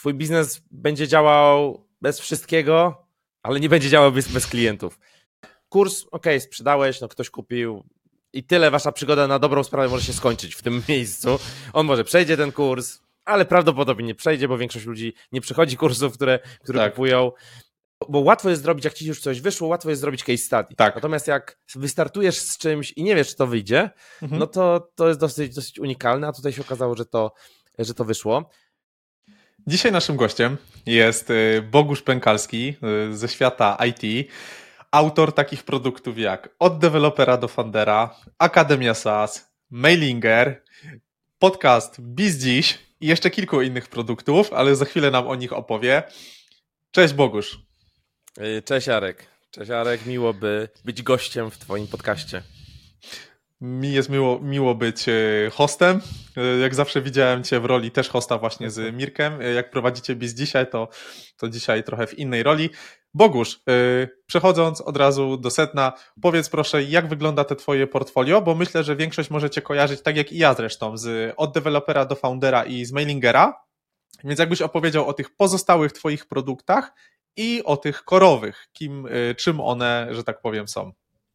twój biznes będzie działał bez wszystkiego, ale nie będzie działał bez klientów. Kurs, sprzedałeś, ktoś kupił i tyle, wasza przygoda na dobrą sprawę może się skończyć w tym miejscu. On może przejdzie ten kurs, ale prawdopodobnie nie przejdzie, bo większość ludzi nie przechodzi kursów, które kupują. Bo łatwo jest zrobić, jak ci już coś wyszło, łatwo jest zrobić case study. Tak. Natomiast jak wystartujesz z czymś i nie wiesz, czy to wyjdzie, no to jest dosyć unikalne, a tutaj się okazało, że to wyszło. Dzisiaj naszym gościem jest Bogusz Pękalski ze świata IT, autor takich produktów jak Od dewelopera do fundera, Akademia SaaS, Mailinger, podcast BizDziś i jeszcze kilku innych produktów, ale za chwilę nam o nich opowie. Cześć Bogusz. Cześć Arek. Cześć Arek, miło by być gościem w twoim podcaście. Mi jest miło być hostem. Jak zawsze widziałem cię w roli też hosta właśnie z Mirkiem. Jak prowadzicie Biz dzisiaj, to dzisiaj trochę w innej roli. Bogusz, przechodząc od razu do sedna, powiedz proszę, jak wygląda te twoje portfolio, bo myślę, że większość możecie kojarzyć, tak jak i ja zresztą, od dewelopera do foundera i z Mailingera. Więc jakbyś opowiedział o tych pozostałych twoich produktach i o tych korowych, czym one, że tak powiem, są.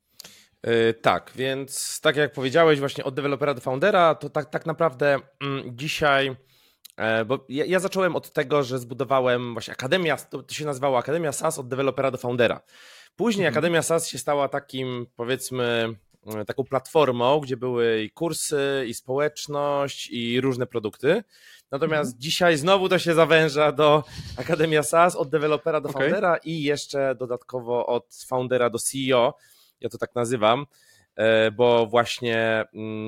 Tak, więc tak jak powiedziałeś właśnie od dewelopera do foundera, to tak naprawdę dzisiaj, bo ja zacząłem od tego, że zbudowałem właśnie Akademia, to się nazywało Akademia SaaS od dewelopera do foundera. Później Akademia SaaS się stała takim, powiedzmy, taką platformą, gdzie były i kursy, i społeczność, i różne produkty. Natomiast dzisiaj znowu to się zawęża do Akademia SaaS od dewelopera do foundera i jeszcze dodatkowo od foundera do CEO. Ja to tak nazywam, bo właśnie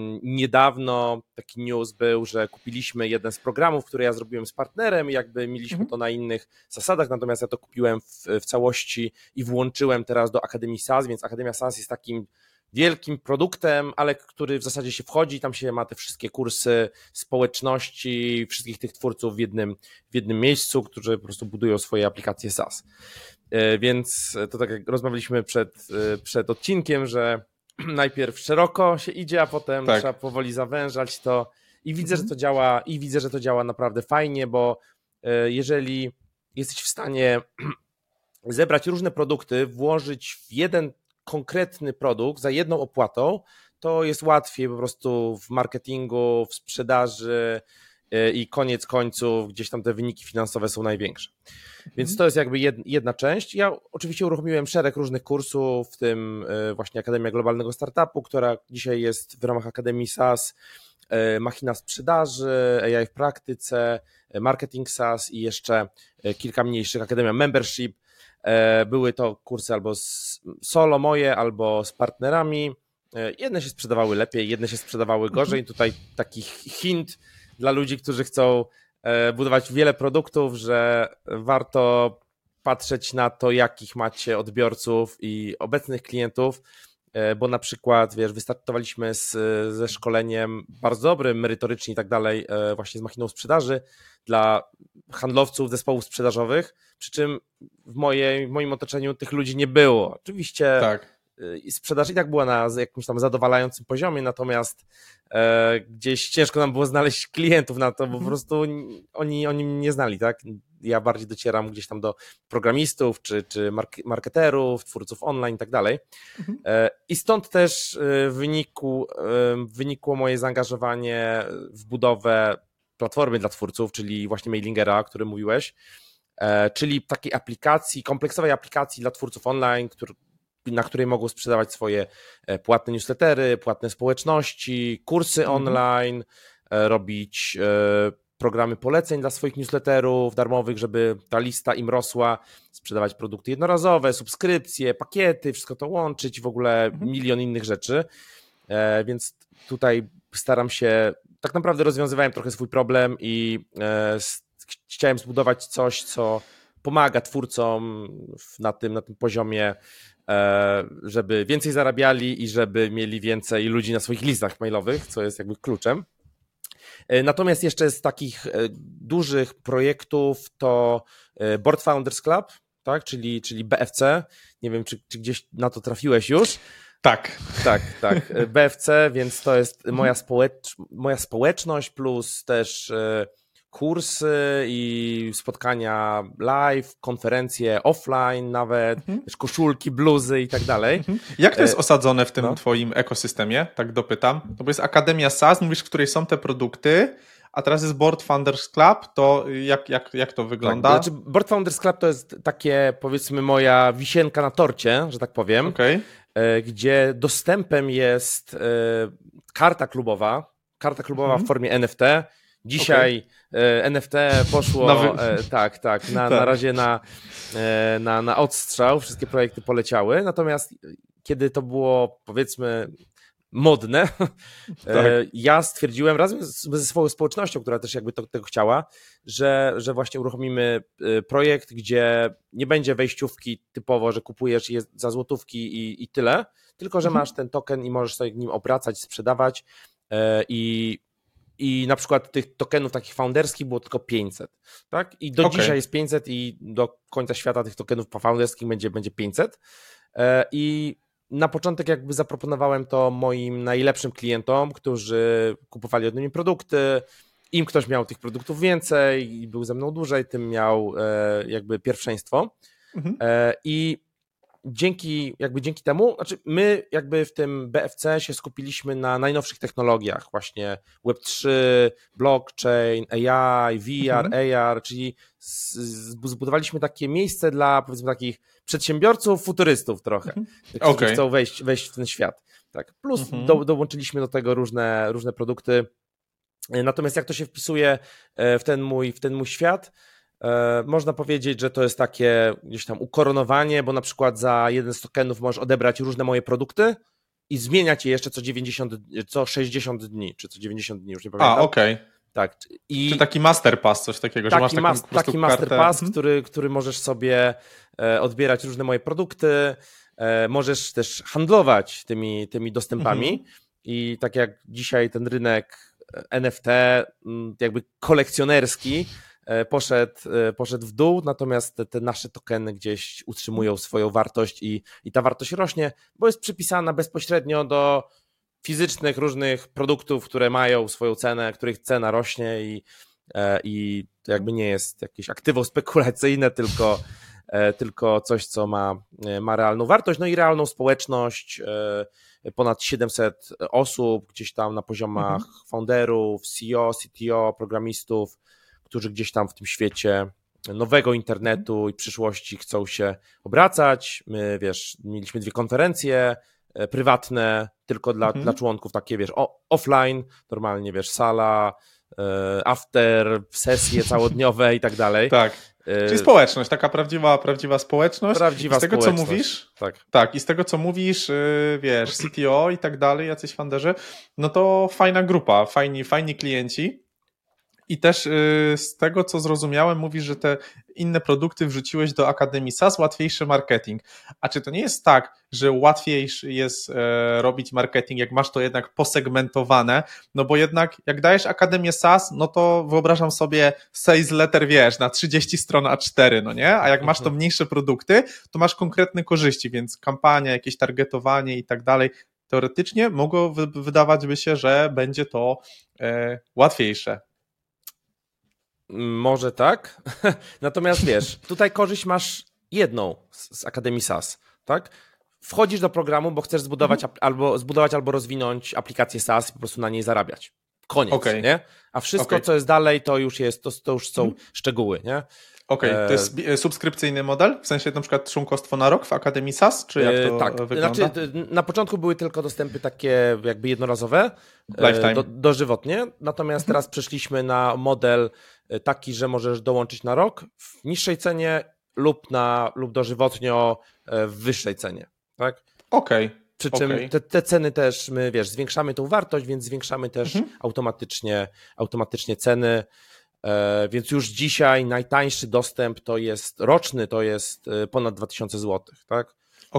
niedawno taki news był, że kupiliśmy jeden z programów, który ja zrobiłem z partnerem i jakby mieliśmy to na innych zasadach, natomiast ja to kupiłem w całości i włączyłem teraz do Akademii SaaS, więc Akademia SaaS jest takim wielkim produktem, ale który w zasadzie się wchodzi, tam się ma te wszystkie kursy społeczności, wszystkich tych twórców w jednym miejscu, którzy po prostu budują swoje aplikacje SaaS. Więc to tak jak rozmawialiśmy przed odcinkiem, że najpierw szeroko się idzie, a potem trzeba powoli zawężać to i widzę, że to działa i widzę, że to działa naprawdę fajnie, bo jeżeli jesteś w stanie zebrać różne produkty, włożyć w jeden konkretny produkt za jedną opłatą, to jest łatwiej po prostu w marketingu, w sprzedaży i koniec końców gdzieś tam te wyniki finansowe są największe. Więc to jest jakby jedna część. Ja oczywiście uruchomiłem szereg różnych kursów, w tym właśnie Akademia Globalnego Startupu, która dzisiaj jest w ramach Akademii SaaS, Machina Sprzedaży, AI w praktyce, Marketing SaaS i jeszcze kilka mniejszych, Akademia Membership. Były to kursy albo solo moje, albo z partnerami. Jedne się sprzedawały lepiej, jedne się sprzedawały gorzej. Tutaj taki hint dla ludzi, którzy chcą budować wiele produktów, że warto patrzeć na to, jakich macie odbiorców i obecnych klientów, bo na przykład, wystartowaliśmy ze szkoleniem bardzo dobrym, merytorycznie i tak dalej, właśnie z machiną sprzedaży dla handlowców, zespołów sprzedażowych, przy czym w moim otoczeniu tych ludzi nie było. Oczywiście sprzedaż i tak była na jakimś tam zadowalającym poziomie, natomiast gdzieś ciężko nam było znaleźć klientów na to, bo po prostu oni mnie nie znali, tak? Ja bardziej docieram gdzieś tam do programistów, czy marketerów, twórców online i tak dalej. I stąd też wynikło moje zaangażowanie w budowę platformy dla twórców, czyli właśnie Mailingera, o którym mówiłeś, czyli takiej aplikacji, kompleksowej aplikacji dla twórców online, na której mogą sprzedawać swoje płatne newslettery, płatne społeczności, kursy online, robić programy poleceń dla swoich newsletterów darmowych, żeby ta lista im rosła, sprzedawać produkty jednorazowe, subskrypcje, pakiety, wszystko to łączyć, w ogóle milion innych rzeczy. Więc tutaj staram się, tak naprawdę rozwiązywałem trochę swój problem i chciałem zbudować coś, co pomaga twórcom na tym poziomie, żeby więcej zarabiali i żeby mieli więcej ludzi na swoich listach mailowych, co jest jakby kluczem. Natomiast jeszcze z takich dużych projektów to Board Founders Club, tak? czyli BFC. Nie wiem, czy gdzieś na to trafiłeś już. Tak. BFC, więc to jest moja społeczność plus też kursy i spotkania live, konferencje offline nawet, też koszulki, bluzy i tak dalej. Jak to jest osadzone w tym twoim ekosystemie? Tak dopytam. No bo jest Akademia SaaS, mówisz, w której są te produkty, a teraz jest Board Founders Club, to jak to wygląda? Tak, znaczy Board Founders Club to jest takie, powiedzmy, moja wisienka na torcie, że tak powiem, gdzie dostępem jest karta klubowa w formie NFT. Dzisiaj NFT poszło na razie na odstrzał, wszystkie projekty poleciały, natomiast kiedy to było, powiedzmy, modne, ja stwierdziłem razem ze swoją społecznością, która też jakby tego chciała, że właśnie uruchomimy projekt, gdzie nie będzie wejściówki typowo, że kupujesz je za złotówki i tyle, tylko że masz ten token i możesz sobie nim obracać, sprzedawać i na przykład tych tokenów takich founderskich było tylko 500, tak? I do dzisiaj jest 500 i do końca świata tych tokenów founderskich będzie 500 i na początek jakby zaproponowałem to moim najlepszym klientom, którzy kupowali ode mnie produkty, im ktoś miał tych produktów więcej i był ze mną dłużej, tym miał jakby pierwszeństwo i dzięki temu, znaczy my jakby w tym BFC się skupiliśmy na najnowszych technologiach, właśnie Web3, blockchain, AI, VR, AR, czyli zbudowaliśmy takie miejsce dla, powiedzmy, takich przedsiębiorców, futurystów trochę, którzy chcą wejść w ten świat. Tak. Plus dołączyliśmy do tego różne produkty. Natomiast jak to się wpisuje w ten mój świat? Można powiedzieć, że to jest takie gdzieś tam ukoronowanie, bo na przykład za jeden z tokenów możesz odebrać różne moje produkty i zmieniać je jeszcze co 60 dni, czy co 90 dni, już nie pamiętam. Tak. Czy taki masterpass, coś takiego, że masz taki masterpass, który możesz sobie odbierać różne moje produkty, możesz też handlować tymi dostępami i tak jak dzisiaj ten rynek NFT jakby kolekcjonerski poszedł w dół, natomiast te nasze tokeny gdzieś utrzymują swoją wartość i ta wartość rośnie, bo jest przypisana bezpośrednio do fizycznych różnych produktów, które mają swoją cenę, których cena rośnie i to jakby nie jest jakieś aktywo spekulacyjne, tylko coś, co ma realną wartość, no i realną społeczność, ponad 700 osób gdzieś tam na poziomach founderów, CEO, CTO, programistów, którzy gdzieś tam w tym świecie nowego internetu i przyszłości chcą się obracać. My, mieliśmy 2 konferencje prywatne, tylko dla członków, takie, offline, normalnie, sala, after, sesje całodniowe i tak dalej. Tak. Czyli społeczność, taka prawdziwa społeczność. Prawdziwa I z tego, społeczność. co mówisz, tak, i z tego, co mówisz, CTO i tak dalej, jacyś founderzy, no to fajna grupa, fajni klienci. I też z tego, co zrozumiałem, mówisz, że te inne produkty wrzuciłeś do Akademii SaaS, łatwiejszy marketing. A czy to nie jest tak, że łatwiej jest robić marketing, jak masz to jednak posegmentowane? No bo jednak jak dajesz Akademię SaaS, no to wyobrażam sobie sales letter, na 30 stron A4, no nie? A jak masz to mniejsze produkty, to masz konkretne korzyści, więc kampania, jakieś targetowanie i tak dalej. Teoretycznie mogło wydawać by się, że będzie to łatwiejsze. Może tak, natomiast tutaj korzyść masz jedną z Akademii SaaS, tak? Wchodzisz do programu, bo chcesz zbudować albo rozwinąć aplikację SaaS i po prostu na niej zarabiać. Koniec, nie? A wszystko, co jest dalej, to już są szczegóły, nie? To jest subskrypcyjny model? W sensie na przykład członkostwo na rok w Akademii SaaS? Czy jak to wygląda? Znaczy, na początku były tylko dostępy takie jakby jednorazowe, dożywotnie, natomiast teraz przeszliśmy na model taki, że możesz dołączyć na rok w niższej cenie lub dożywotnio w wyższej cenie, tak? Przy czym te ceny też my, zwiększamy tą wartość, więc zwiększamy też automatycznie ceny, więc już dzisiaj najtańszy dostęp to jest roczny, to jest ponad 2000 zł, tak?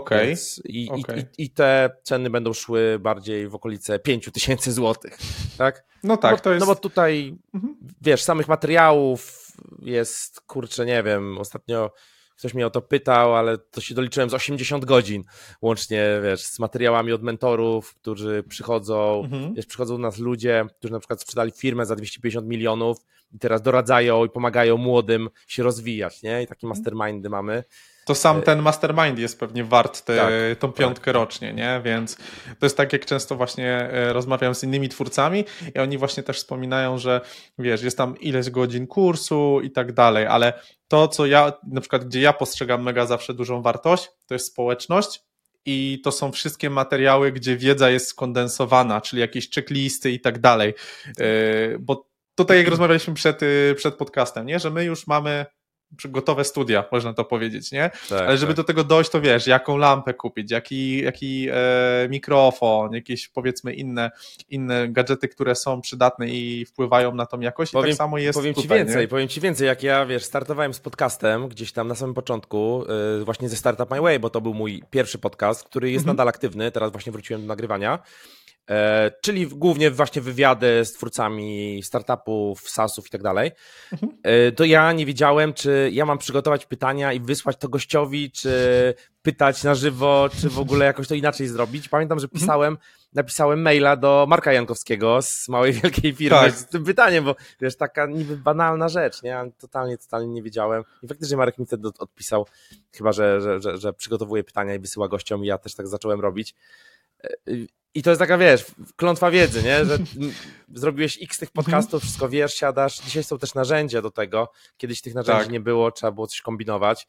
I te ceny będą szły bardziej w okolice 5000 zł, tak? No tak, to jest... No bo tutaj, samych materiałów jest, kurczę, nie wiem, ostatnio ktoś mnie o to pytał, ale to się doliczyłem z 80 godzin łącznie, z materiałami od mentorów, którzy przychodzą, przychodzą do nas ludzie, którzy na przykład sprzedali firmę za 250 milionów, i teraz doradzają i pomagają młodym się rozwijać, nie? I takie mastermindy mamy. To sam ten mastermind jest pewnie wart tą piątkę tak. rocznie, nie? Więc to jest tak, jak często właśnie rozmawiam z innymi twórcami i oni właśnie też wspominają, że wiesz, jest tam ileś godzin kursu i tak dalej, ale to, co ja, na przykład, gdzie ja postrzegam mega zawsze dużą wartość, to jest społeczność i to są wszystkie materiały, gdzie wiedza jest skondensowana, czyli jakieś checklisty i tak dalej, bo tutaj jak rozmawialiśmy przed podcastem, nie? Że my już mamy gotowe studia, można to powiedzieć, nie? Tak, ale żeby do tego dojść, to wiesz, jaką lampę kupić, jaki mikrofon, jakieś powiedzmy inne gadżety, które są przydatne i wpływają na tą jakość i tak samo jest Powiem ci więcej, jak ja, wiesz, startowałem z podcastem gdzieś tam na samym początku, właśnie ze Startup My Way, bo to był mój pierwszy podcast, który jest nadal aktywny, teraz właśnie wróciłem do nagrywania, czyli głównie właśnie wywiady z twórcami startupów, SaaS-ów i tak dalej, to ja nie wiedziałem, czy ja mam przygotować pytania i wysłać to gościowi, czy pytać na żywo, czy w ogóle jakoś to inaczej zrobić. Pamiętam, że napisałem maila do Marka Jankowskiego z małej, wielkiej firmy z tym pytaniem, bo wiesz, taka niby banalna rzecz, nie? Ja totalnie nie wiedziałem. I faktycznie Marek mi wtedy odpisał, chyba, że przygotowuje pytania i wysyła gościom i ja też tak zacząłem robić. I to jest taka, wiesz, klątwa wiedzy, nie? Że zrobiłeś x tych podcastów, wszystko wiesz, siadasz. Dzisiaj są też narzędzia do tego. Kiedyś tych narzędzi nie było, trzeba było coś kombinować.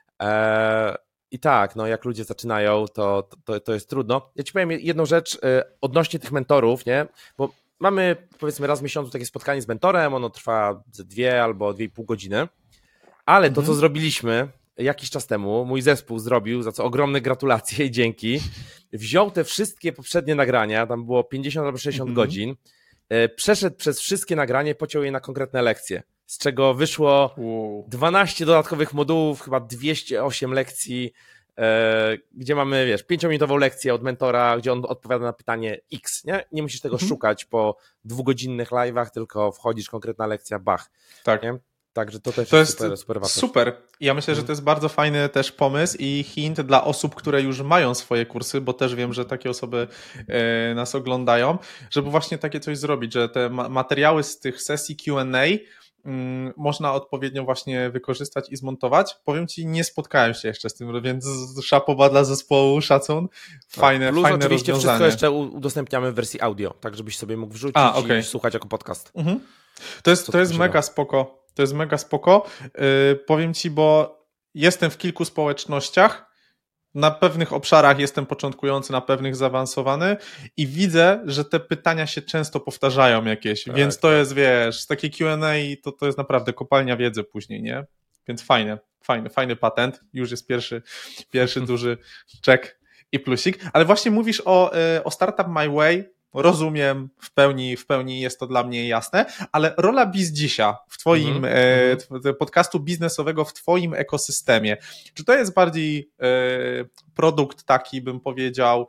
I tak, no jak ludzie zaczynają, to jest trudno. Ja ci powiem jedną rzecz odnośnie tych mentorów, nie? Bo mamy, powiedzmy, raz w miesiącu takie spotkanie z mentorem, ono trwa 2 albo 2,5 godziny, ale to, co zrobiliśmy jakiś czas temu, mój zespół zrobił, za co ogromne gratulacje i dzięki, wziął te wszystkie poprzednie nagrania, tam było 50 albo 60 godzin, przeszedł przez wszystkie nagrania, pociął je na konkretne lekcje, z czego wyszło 12 dodatkowych modułów, chyba 208 lekcji, gdzie mamy, wiesz, 5-minutową lekcję od mentora, gdzie on odpowiada na pytanie X, nie? Nie musisz tego szukać po 2-godzinnych live'ach, tylko wchodzisz, konkretna lekcja, bach. Tak. Nie? Także to też to jest super wartość. Super. Ja myślę, że to jest bardzo fajny też pomysł i hint dla osób, które już mają swoje kursy, bo też wiem, że takie osoby nas oglądają, żeby właśnie takie coś zrobić, że te materiały z tych sesji Q&A można odpowiednio właśnie wykorzystać i zmontować. Powiem ci, nie spotkałem się jeszcze z tym, więc szapoba dla zespołu, szacun. Fajne oczywiście rozwiązanie. Wszystko jeszcze udostępniamy w wersji audio, tak żebyś sobie mógł wrzucić i słuchać jako podcast. To jest mega spoko. To jest mega spoko. Powiem ci, bo jestem w kilku społecznościach, na pewnych obszarach jestem początkujący, na pewnych zaawansowany i widzę, że te pytania się często powtarzają jakieś, więc to jest, wiesz, takie Q&A to jest naprawdę kopalnia wiedzy później, nie? Więc fajny patent, już jest pierwszy duży check i plusik, ale właśnie mówisz o Startup My Way. Rozumiem, w pełni jest to dla mnie jasne, ale rola BizDzisia w twoim podcastu biznesowego w twoim ekosystemie, czy to jest bardziej produkt taki, bym powiedział,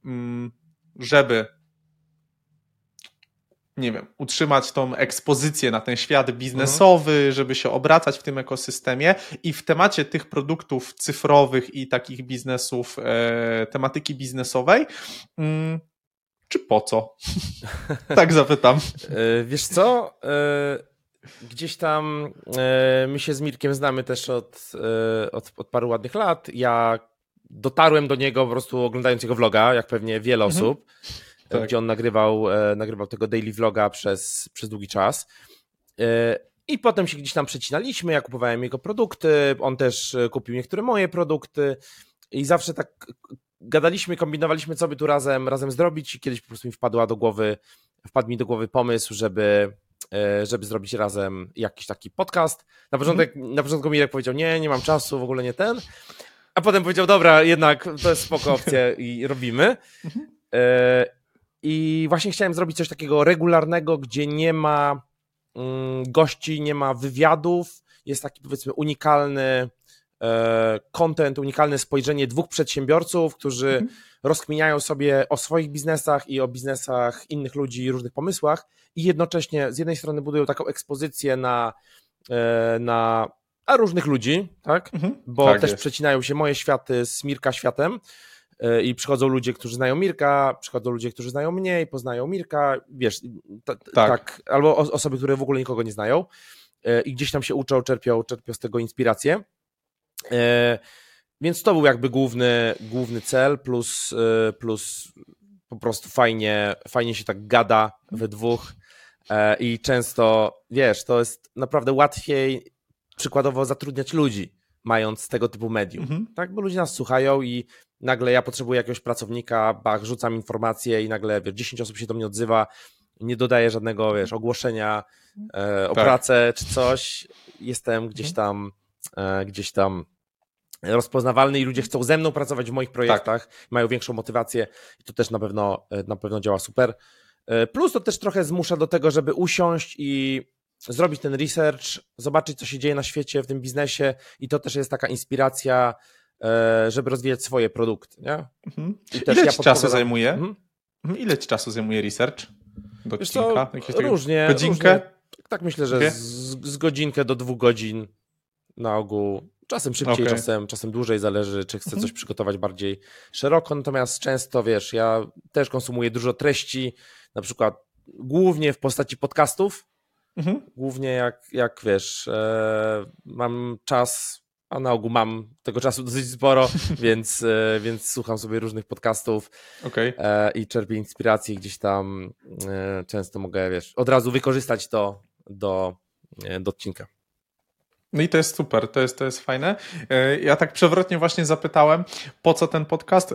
żeby, nie wiem, utrzymać tą ekspozycję na ten świat biznesowy, żeby się obracać w tym ekosystemie i w temacie tych produktów cyfrowych i takich biznesów, tematyki biznesowej, czy po co? Tak zapytam. Wiesz co? Gdzieś tam my się z Mirkiem znamy też od paru ładnych lat. Ja dotarłem do niego po prostu oglądając jego vloga, jak pewnie wiele osób, gdzie on nagrywał tego daily vloga przez długi czas. I potem się gdzieś tam przecinaliśmy, ja kupowałem jego produkty, on też kupił niektóre moje produkty i zawsze tak gadaliśmy, kombinowaliśmy, co by tu razem zrobić i kiedyś po prostu wpadł mi do głowy pomysł, żeby zrobić razem jakiś taki podcast. Na początku Mirek powiedział, nie mam czasu, w ogóle nie ten, a potem powiedział, dobra, jednak to jest spoko opcja i robimy. I właśnie chciałem zrobić coś takiego regularnego, gdzie nie ma gości, nie ma wywiadów, jest taki, powiedzmy, unikalny content, unikalne spojrzenie dwóch przedsiębiorców, którzy rozkminiają sobie o swoich biznesach i o biznesach innych ludzi i różnych pomysłach i jednocześnie z jednej strony budują taką ekspozycję na różnych ludzi, tak? Bo tak też jest. przecinają się moje światy z Mirka światem i przychodzą ludzie, którzy znają Mirka, przychodzą ludzie, którzy znają mnie i poznają Mirka, wiesz, tak. Albo osoby, które w ogóle nikogo nie znają i gdzieś tam się uczą, czerpią z tego inspirację. Więc to był jakby główny cel, plus po prostu fajnie się tak gada we dwóch i często, wiesz, to jest naprawdę łatwiej przykładowo zatrudniać ludzi, mając tego typu medium, tak? Bo ludzie nas słuchają i nagle ja potrzebuję jakiegoś pracownika, rzucam informacje i nagle, wiesz, 10 osób się do mnie odzywa, nie dodaję żadnego, wiesz, ogłoszenia o pracę czy coś, jestem gdzieś tam rozpoznawalny i ludzie chcą ze mną pracować w moich projektach, mają większą motywację i to też na pewno działa super. Plus to też trochę zmusza do tego, żeby usiąść i zrobić ten research, zobaczyć, co się dzieje na świecie, w tym biznesie i to też jest taka inspiracja, żeby rozwijać swoje produkty, nie? Ile ci czasu zajmuje? Ile ci czasu zajmuje research do odcinka? Różnie. Godzinkę? Tak myślę, że z godzinkę do 2 godzin na ogół. Czasem szybciej, czasem dłużej, zależy, czy chcę coś przygotować bardziej szeroko, natomiast często, wiesz, ja też konsumuję dużo treści, na przykład głównie w postaci podcastów, głównie jak wiesz, mam czas, a na ogół mam tego czasu dosyć sporo, więc słucham sobie różnych podcastów i czerpię inspiracji gdzieś tam, często mogę, wiesz, od razu wykorzystać to do odcinka. No i to jest super, to jest fajne. Ja tak przewrotnie właśnie zapytałem, po co ten podcast,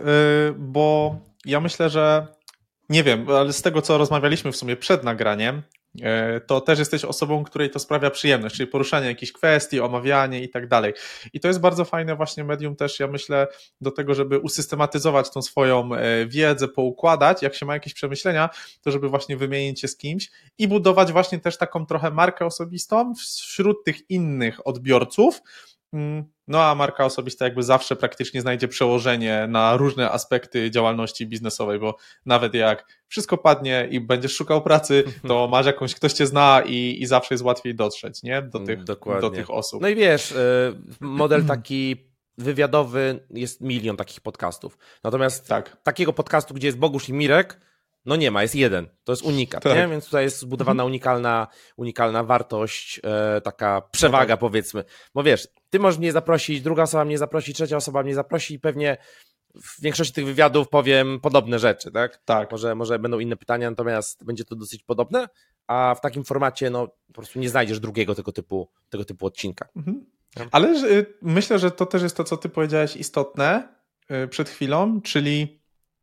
bo ja myślę, że nie wiem, ale z tego, co rozmawialiśmy w sumie przed nagraniem, to też jesteś osobą, której to sprawia przyjemność, czyli poruszanie jakichś kwestii, omawianie i tak dalej. I to jest bardzo fajne właśnie medium też, ja myślę, do tego, żeby usystematyzować tą swoją wiedzę, poukładać, jak się ma jakieś przemyślenia, to żeby właśnie wymienić się z kimś i budować właśnie też taką trochę markę osobistą wśród tych innych odbiorców. No a marka osobista jakby zawsze praktycznie znajdzie przełożenie na różne aspekty działalności biznesowej, bo nawet jak wszystko padnie i będziesz szukał pracy, to masz ktoś cię zna i zawsze jest łatwiej dotrzeć, nie? Do tych osób. No i wiesz, model taki wywiadowy, jest milion takich podcastów. Natomiast takiego podcastu, gdzie jest Bogusz i Mirek, no nie ma, jest jeden. To jest unikat, nie? Więc tutaj jest zbudowana unikalna wartość, taka przewaga, powiedzmy. Bo wiesz, ty możesz mnie zaprosić, druga osoba mnie zaprosi, trzecia osoba mnie zaprosi i pewnie w większości tych wywiadów powiem podobne rzeczy, tak? Tak. Może będą inne pytania, natomiast będzie to dosyć podobne, a w takim formacie no po prostu nie znajdziesz drugiego tego typu odcinka. Ale myślę, że to też jest to, co ty powiedziałeś istotne przed chwilą, czyli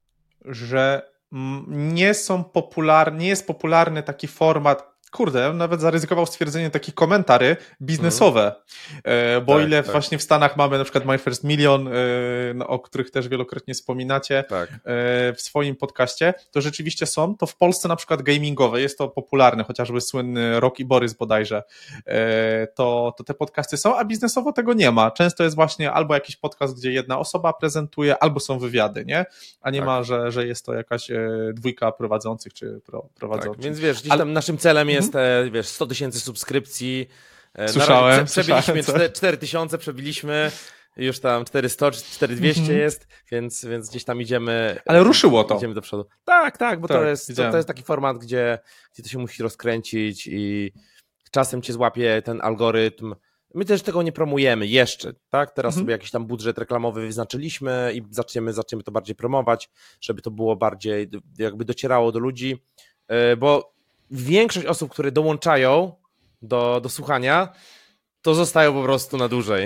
że nie jest popularny taki format, kurde, ja bym nawet zaryzykował stwierdzenie takich komentarzy biznesowe, bo ile właśnie w Stanach mamy na przykład My First Million, o których też wielokrotnie wspominacie w swoim podcaście, to rzeczywiście są, to w Polsce na przykład gamingowe jest to popularne, chociażby słynny Rok i Borys bodajże, to te podcasty są, a biznesowo tego nie ma. Często jest właśnie albo jakiś podcast, gdzie jedna osoba prezentuje, albo są wywiady, nie? A nie ma, że jest to jakaś dwójka prowadzących czy prowadzących. Tak, więc wiesz, gdzieś tam naszym celem jest wiesz, 100 000 subskrypcji. Słyszałem. Przebiliśmy 4000, przebiliśmy, już tam 400, 4200 jest, więc gdzieś tam idziemy. Ale ruszyło to. Idziemy do przodu. Tak, bo to jest taki format, gdzie to się musi rozkręcić i czasem cię złapie ten algorytm. My też tego nie promujemy jeszcze, tak? Teraz sobie jakiś tam budżet reklamowy wyznaczyliśmy i zaczniemy to bardziej promować, żeby to było bardziej jakby docierało do ludzi, bo większość osób, które dołączają do słuchania, to zostają po prostu na dłużej.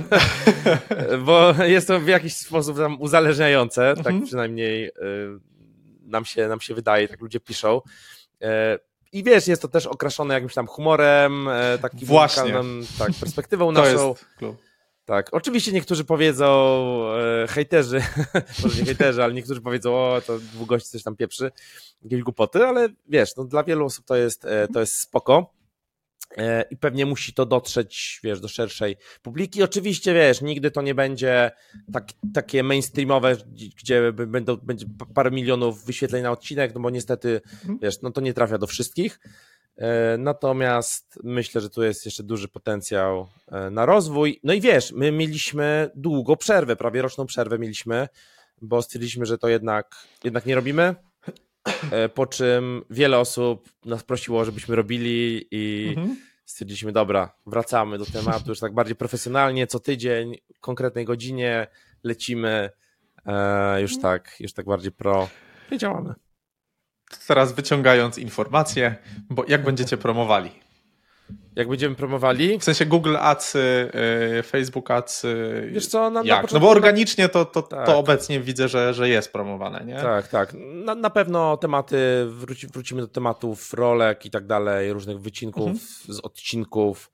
Bo jest to w jakiś sposób tam uzależniające, tak przynajmniej nam się wydaje, tak ludzie piszą. I wiesz, jest to też okraszone jakimś tam humorem, takim perspektywą naszą. Jest klub. Tak, oczywiście niektórzy powiedzą, hejterzy, może nie hejterzy, ale niektórzy powiedzą, o, to dwóch gości coś tam pieprzy, jakieś głupoty, ale wiesz, no dla wielu osób to jest spoko i pewnie musi to dotrzeć, wiesz, do szerszej publiki. Oczywiście, wiesz, nigdy to nie będzie takie mainstreamowe, gdzie będzie parę milionów wyświetleń na odcinek, no bo niestety, wiesz, no to nie trafia do wszystkich. Natomiast myślę, że tu jest jeszcze duży potencjał na rozwój. No i wiesz, my mieliśmy długą przerwę, prawie roczną przerwę mieliśmy, bo stwierdziliśmy, że to jednak nie robimy, po czym wiele osób nas prosiło, żebyśmy robili i stwierdziliśmy, dobra, wracamy do tematu już tak bardziej profesjonalnie, co tydzień, w konkretnej godzinie lecimy, już tak bardziej pro i działamy. Teraz wyciągając informacje, bo jak będziecie promowali? Jak będziemy promowali? W sensie Google Ads, Facebook Ads. Wiesz co, na początku, no bo organicznie to obecnie widzę, że jest promowane, nie? Tak. Na pewno tematy, wrócimy do tematów rolek i tak dalej, różnych wycinków z odcinków.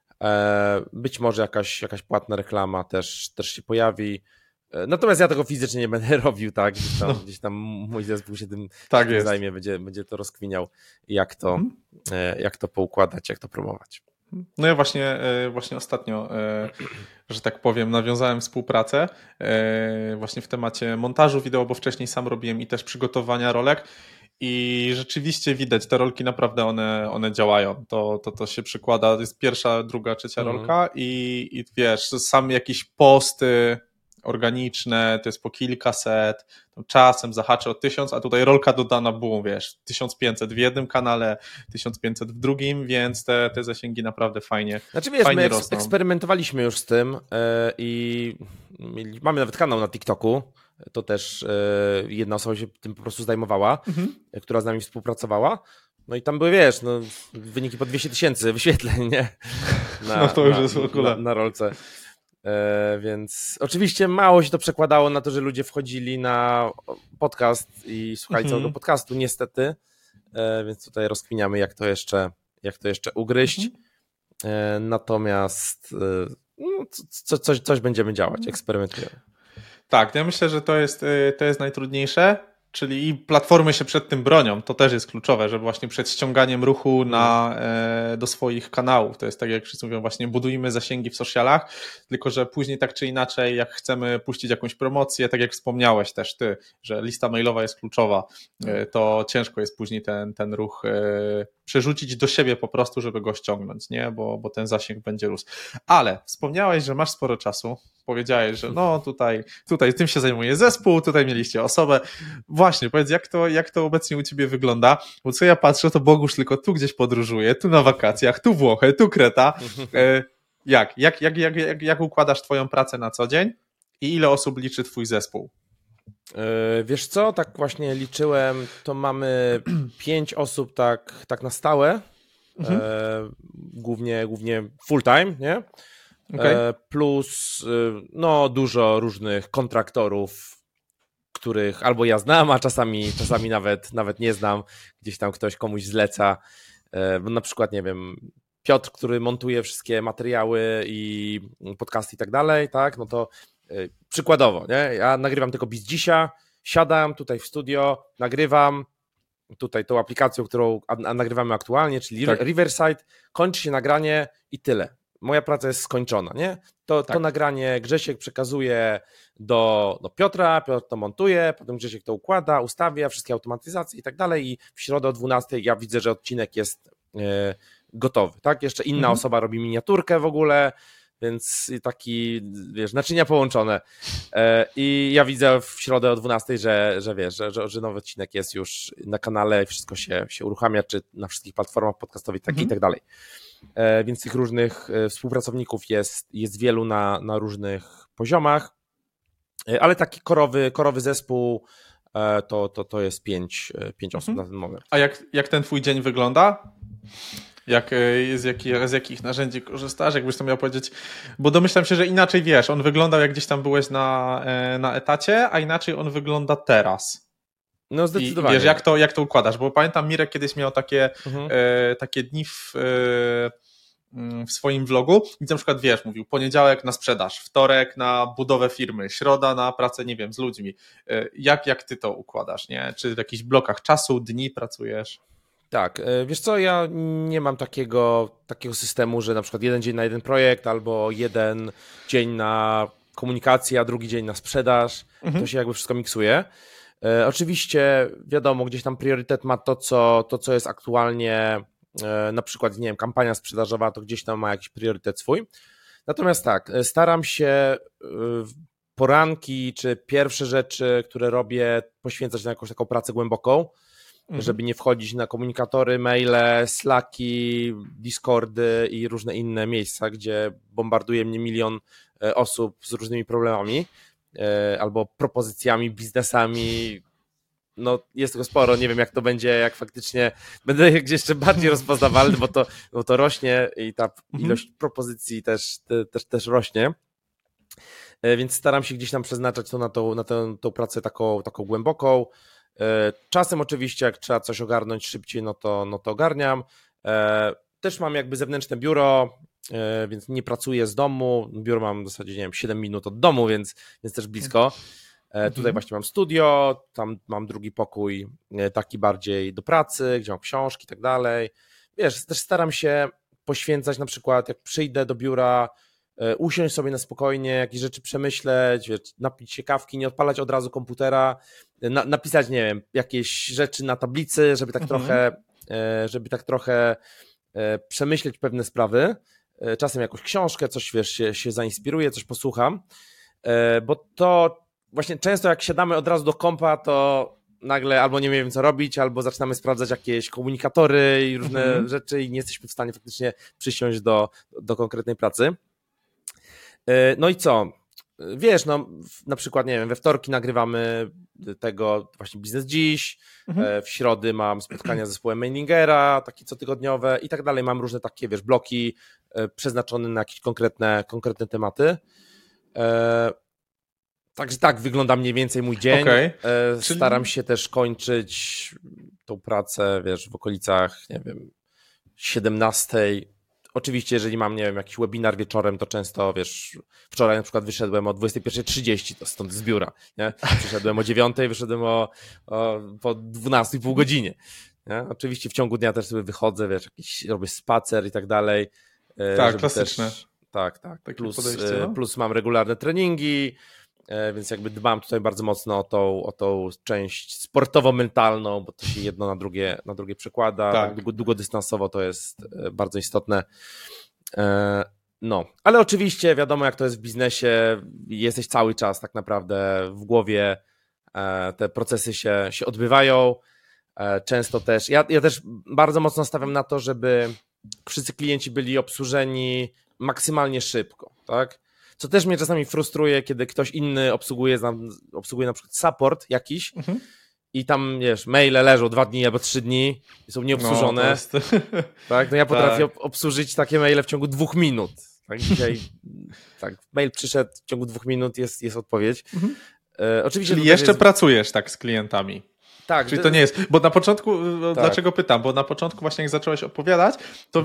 Być może jakaś płatna reklama też się pojawi. Natomiast ja tego fizycznie nie będę robił, tak? Gdzieś tam mój zespół się tym zajmie, będzie to rozkminiał, jak to poukładać, jak to promować. No ja właśnie ostatnio, że tak powiem, nawiązałem współpracę właśnie w temacie montażu wideo, bo wcześniej sam robiłem i też przygotowania rolek i rzeczywiście widać, te rolki naprawdę one działają. To się przykłada, to jest pierwsza, druga, trzecia rolka i wiesz, sam jakieś posty organiczne, to jest po kilkaset, czasem zahaczę o 1000, a tutaj rolka dodana było, wiesz, 1500 w jednym kanale, 1500 w drugim, więc te zasięgi naprawdę fajnie my rosną. Eksperymentowaliśmy już z tym i mamy nawet kanał na TikToku, to też jedna osoba się tym po prostu zajmowała, która z nami współpracowała. No i tam były, wiesz, wyniki po 200 000 wyświetleń, nie? To już jest w ogóle na rolce. Więc oczywiście mało się to przekładało na to, że ludzie wchodzili na podcast i słuchali całego podcastu, niestety, więc tutaj rozkminiamy, jak to jeszcze ugryźć. Natomiast coś będziemy działać, eksperymentujemy. Tak, ja myślę, że to jest najtrudniejsze. Czyli i platformy się przed tym bronią, to też jest kluczowe, żeby właśnie przed ściąganiem ruchu do swoich kanałów, to jest tak jak wszyscy mówią, właśnie budujmy zasięgi w socialach, tylko że później tak czy inaczej, jak chcemy puścić jakąś promocję, tak jak wspomniałeś też ty, że lista mailowa jest kluczowa, to ciężko jest później ten ruch przerzucić do siebie po prostu, żeby go ściągnąć, nie? Bo ten zasięg będzie rósł. Ale wspomniałeś, że masz sporo czasu, powiedziałeś, że tutaj tym się zajmuje zespół, tutaj mieliście osobę. Właśnie, powiedz, jak to obecnie u ciebie wygląda, bo co ja patrzę, to Bogusz tylko tu gdzieś podróżuje, tu na wakacjach, tu Włochy, tu Kreta. Jak układasz twoją pracę na co dzień i ile osób liczy twój zespół? Wiesz co, tak właśnie liczyłem, to mamy 5 osób tak na stałe, głównie full time, nie? Okay. Plus dużo różnych kontraktorów, których albo ja znam, a czasami nawet nie znam, gdzieś tam ktoś komuś zleca, bo na przykład, nie wiem, Piotr, który montuje wszystkie materiały i podcasty i tak dalej, tak, no to przykładowo, nie? Ja nagrywam tylko Biz dzisiaj, siadam tutaj w studio, nagrywam tutaj tą aplikacją, którą nagrywamy aktualnie, czyli Riverside, kończy się nagranie i tyle. Moja praca jest skończona, nie? To nagranie Grzesiek przekazuje do Piotra, Piotr to montuje, potem Grzesiek to układa, ustawia, wszystkie automatyzacje i tak dalej i w środę o 12 ja widzę, że odcinek jest gotowy, tak? Jeszcze inna osoba robi miniaturkę w ogóle, więc taki, wiesz, naczynia połączone i ja widzę w środę o 12, że wiesz, że nowy odcinek jest już na kanale, wszystko się uruchamia, czy na wszystkich platformach podcastowych i tak dalej. Więc tych różnych współpracowników jest wielu na różnych poziomach, ale taki korowy zespół to jest 5 osób na ten moment. A jak ten twój dzień wygląda? Z jakich narzędzi korzystasz? Jakbyś to miał powiedzieć? Bo domyślam się, że inaczej wiesz, on wyglądał jak gdzieś tam byłeś na etacie, a inaczej on wygląda teraz. No zdecydowanie. I wiesz, jak to układasz? Bo pamiętam, Mirek kiedyś miał takie dni w swoim vlogu, gdzie na przykład, wiesz, mówił poniedziałek na sprzedaż, wtorek na budowę firmy, środa na pracę, nie wiem, z ludźmi. Jak ty to układasz, nie? Czy w jakichś blokach czasu, dni pracujesz? Tak, wiesz co, ja nie mam takiego systemu, że na przykład jeden dzień na jeden projekt, albo jeden dzień na komunikację, a drugi dzień na sprzedaż. To się jakby wszystko miksuje. Oczywiście wiadomo, gdzieś tam priorytet ma to, co jest aktualnie, na przykład, nie wiem, kampania sprzedażowa, to gdzieś tam ma jakiś priorytet swój. Natomiast tak, staram się poranki czy pierwsze rzeczy, które robię, poświęcać na jakąś taką pracę głęboką, żeby nie wchodzić na komunikatory, maile, Slacki, Discordy i różne inne miejsca, gdzie bombarduje mnie milion osób z różnymi problemami albo propozycjami, biznesami. No jest tego sporo, nie wiem jak to będzie, jak faktycznie będę gdzieś jeszcze bardziej rozpoznawalny, bo to rośnie i ta ilość propozycji też rośnie. Więc staram się gdzieś tam przeznaczać to na tą pracę taką głęboką. Czasem oczywiście jak trzeba coś ogarnąć szybciej, no to ogarniam. Też mam jakby zewnętrzne biuro, więc nie pracuję z domu. Biuro mam w zasadzie, nie wiem, 7 minut od domu, więc też blisko. Tutaj właśnie mam studio, tam mam drugi pokój taki bardziej do pracy, gdzie mam książki i tak dalej. Wiesz, też staram się poświęcać na przykład, jak przyjdę do biura, usiąść sobie na spokojnie, jakieś rzeczy przemyśleć, wiesz, napić się kawki, nie odpalać od razu komputera, napisać, nie wiem, jakieś rzeczy na tablicy, żeby tak trochę przemyśleć pewne sprawy. Czasem jakąś książkę, coś wiesz, się zainspiruje, coś posłucham, bo to właśnie często jak siadamy od razu do kompa, to nagle albo nie wiem co robić, albo zaczynamy sprawdzać jakieś komunikatory i różne rzeczy i nie jesteśmy w stanie faktycznie przysiąść do konkretnej pracy. No i co? Wiesz, no na przykład, nie wiem, we wtorki nagrywamy tego właśnie Biznes Dziś, w środy mam spotkania z zespołem Mailingera, takie cotygodniowe i tak dalej. Mam różne takie, wiesz, bloki przeznaczone na jakieś konkretne tematy. Także tak wygląda mniej więcej mój dzień. Staram się też kończyć tą pracę, wiesz, w okolicach, nie wiem, 17. Oczywiście, jeżeli mam, nie wiem, jakiś webinar wieczorem, to często, wiesz, wczoraj na przykład wyszedłem o 21:30, to stąd z biura, nie? Przyszedłem o 9:00, wyszedłem po 12,5 godzinie. Nie? Oczywiście w ciągu dnia też sobie wychodzę, wiesz, robię spacer i tak dalej. Tak, klasyczne. Tak. Plus mam regularne treningi, więc jakby dbam tutaj bardzo mocno o tą część sportowo-mentalną, bo to się jedno na drugie przekłada. Tak. Długodystansowo to jest bardzo istotne. No, ale oczywiście wiadomo jak to jest w biznesie, jesteś cały czas tak naprawdę w głowie, te procesy się odbywają. Często też, ja też bardzo mocno stawiam na to, żeby wszyscy klienci byli obsłużeni maksymalnie szybko, tak? Co też mnie czasami frustruje, kiedy ktoś inny obsługuje na przykład support jakiś i tam, wiesz, maile leżą 2 dni albo 3 dni i są nieobsłużone. No, tak? No ja potrafię obsłużyć takie maile w ciągu 2 minut. Tak? Dzisiaj mail przyszedł, w ciągu 2 minut jest odpowiedź. Oczywiście czyli jeszcze pracujesz tak z klientami. Tak. Czyli to nie jest, bo na początku, dlaczego pytam, bo na początku właśnie jak zacząłeś opowiadać, to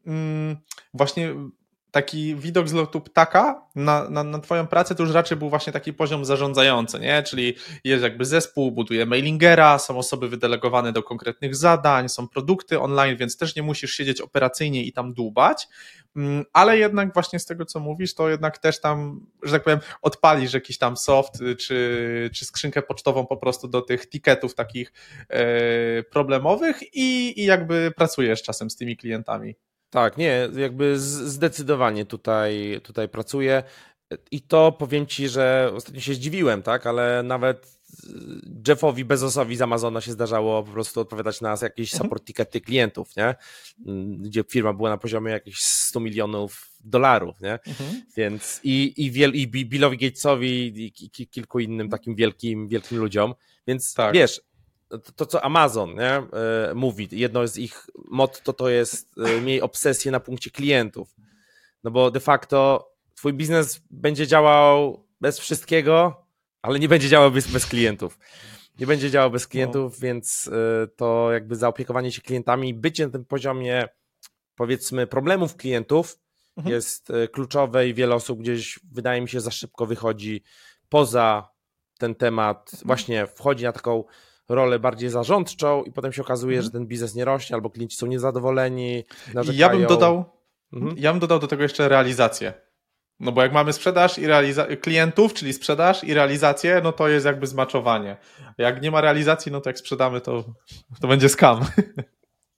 właśnie taki widok z lotu ptaka na twoją pracę to już raczej był właśnie taki poziom zarządzający, nie? Czyli jest jakby zespół, buduje mailingera, są osoby wydelegowane do konkretnych zadań, są produkty online, więc też nie musisz siedzieć operacyjnie i tam dłubać, ale jednak właśnie z tego, co mówisz, to jednak też tam, że tak powiem, odpalisz jakiś tam soft czy skrzynkę pocztową po prostu do tych ticketów takich problemowych i jakby pracujesz czasem z tymi klientami. Tak, nie, jakby zdecydowanie tutaj pracuję i to powiem Ci, że ostatnio się zdziwiłem, tak, ale nawet Jeffowi Bezosowi z Amazona się zdarzało po prostu odpowiadać na jakieś support tickety klientów, nie, gdzie firma była na poziomie jakichś $100 milionów, nie, więc i Billowi Gatesowi i kilku innym takim wielkim ludziom, więc tak. Wiesz, to co Amazon nie, mówi, jedno z ich motto to jest miej obsesję na punkcie klientów, no bo de facto twój biznes będzie działał bez wszystkiego, ale nie będzie działał bez klientów. Nie będzie działał bez klientów, więc to jakby zaopiekowanie się klientami, bycie na tym poziomie powiedzmy problemów klientów jest kluczowe i wiele osób gdzieś wydaje mi się za szybko wychodzi poza ten temat, właśnie wchodzi na taką rolę bardziej zarządczą i potem się okazuje, że ten biznes nie rośnie albo klienci są niezadowoleni, narzekają. Ja bym dodał do tego jeszcze realizację. No bo jak mamy sprzedaż i klientów, czyli sprzedaż i realizację, no to jest jakby zmaczowanie. Jak nie ma realizacji, no to jak sprzedamy, to będzie scam.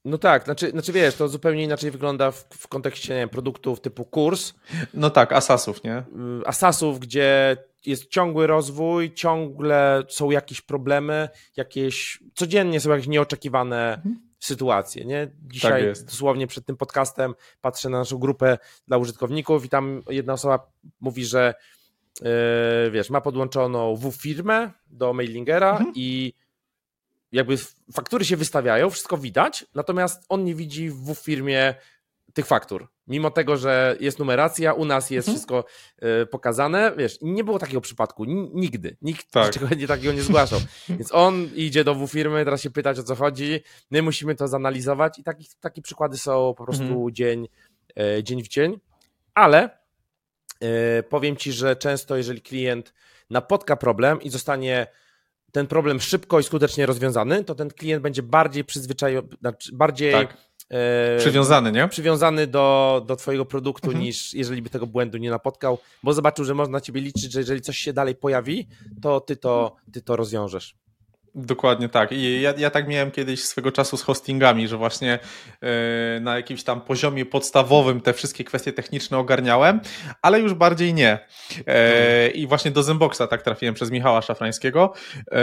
No tak, znaczy wiesz, to zupełnie inaczej wygląda w kontekście, nie wiem, produktów typu kurs, No tak, Asasów, nie? Asasów, gdzie jest ciągły rozwój, ciągle są jakieś problemy, codziennie są jakieś nieoczekiwane sytuacje, nie? Dzisiaj jest. dosłownie przed tym podcastem patrzę na naszą grupę dla użytkowników i tam jedna osoba mówi, że wiesz, ma podłączoną firmę do mailingera i jakby faktury się wystawiają, wszystko widać, natomiast on nie widzi w firmie tych faktur. Mimo tego, że jest numeracja, u nas jest wszystko pokazane, wiesz, nie było takiego przypadku, nigdy. Nikt takiego nie zgłaszał. Więc on idzie do firmy, teraz się pytać, o co chodzi, my musimy to zanalizować i takie przykłady są po prostu dzień w dzień, ale powiem Ci, że często jeżeli klient napotka problem i zostanie ten problem szybko i skutecznie rozwiązany, to ten klient będzie bardziej przyzwyczajony, bardziej przywiązany, nie? Przywiązany do twojego produktu niż jeżeli by tego błędu nie napotkał, bo zobaczył, że można na ciebie liczyć, że jeżeli coś się dalej pojawi, to ty to rozwiążesz. Dokładnie tak. I ja tak miałem kiedyś swego czasu z hostingami, że właśnie na jakimś tam poziomie podstawowym te wszystkie kwestie techniczne ogarniałem, ale już bardziej nie. I właśnie do Zenboxa tak trafiłem przez Michała Szafrańskiego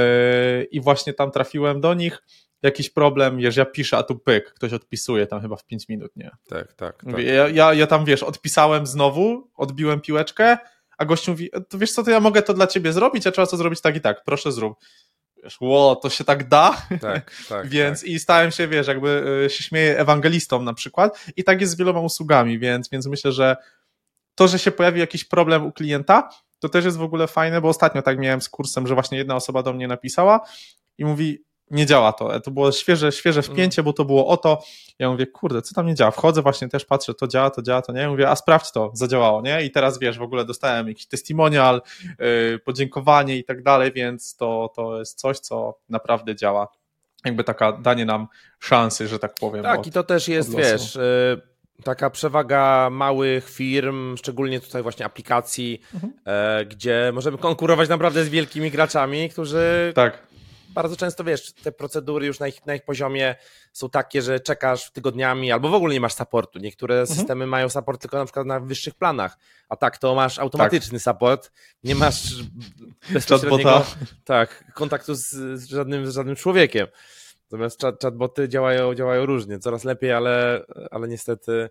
i właśnie tam trafiłem do nich. Jakiś problem, wiesz, ja piszę, a tu pyk, ktoś odpisuje tam chyba w 5 minut, nie? Tak. Mówię, ja tam, wiesz, odpisałem znowu, odbiłem piłeczkę, a gościu mówi, to wiesz co, to ja mogę to dla ciebie zrobić, a trzeba to zrobić tak i tak, proszę zrób. Wiesz, to się tak da? Tak. Więc i stałem się, wiesz, jakby się śmieję ewangelistą na przykład i tak jest z wieloma usługami, więc myślę, że to, że się pojawi jakiś problem u klienta, to też jest w ogóle fajne, bo ostatnio tak miałem z kursem, że właśnie jedna osoba do mnie napisała i mówi, nie działa to było świeże wpięcie, bo to było o to, ja mówię, kurde, co tam nie działa, wchodzę właśnie też, patrzę, to działa, to nie, mówię, a sprawdź to, zadziałało, nie, i teraz wiesz, w ogóle dostałem jakiś testimonial, podziękowanie i tak dalej, więc to jest coś, co naprawdę działa, jakby taka danie nam szansy, że tak powiem. Tak, i to też jest, wiesz, taka przewaga małych firm, szczególnie tutaj właśnie aplikacji, gdzie możemy konkurować naprawdę z wielkimi graczami, którzy bardzo często, wiesz, te procedury już na ich poziomie są takie, że czekasz tygodniami albo w ogóle nie masz supportu. Niektóre systemy mają support tylko na przykład na wyższych planach, a tak to masz automatyczny support, nie masz bezpośredniego kontaktu z żadnym człowiekiem. Natomiast chatboty działają różnie, coraz lepiej, ale niestety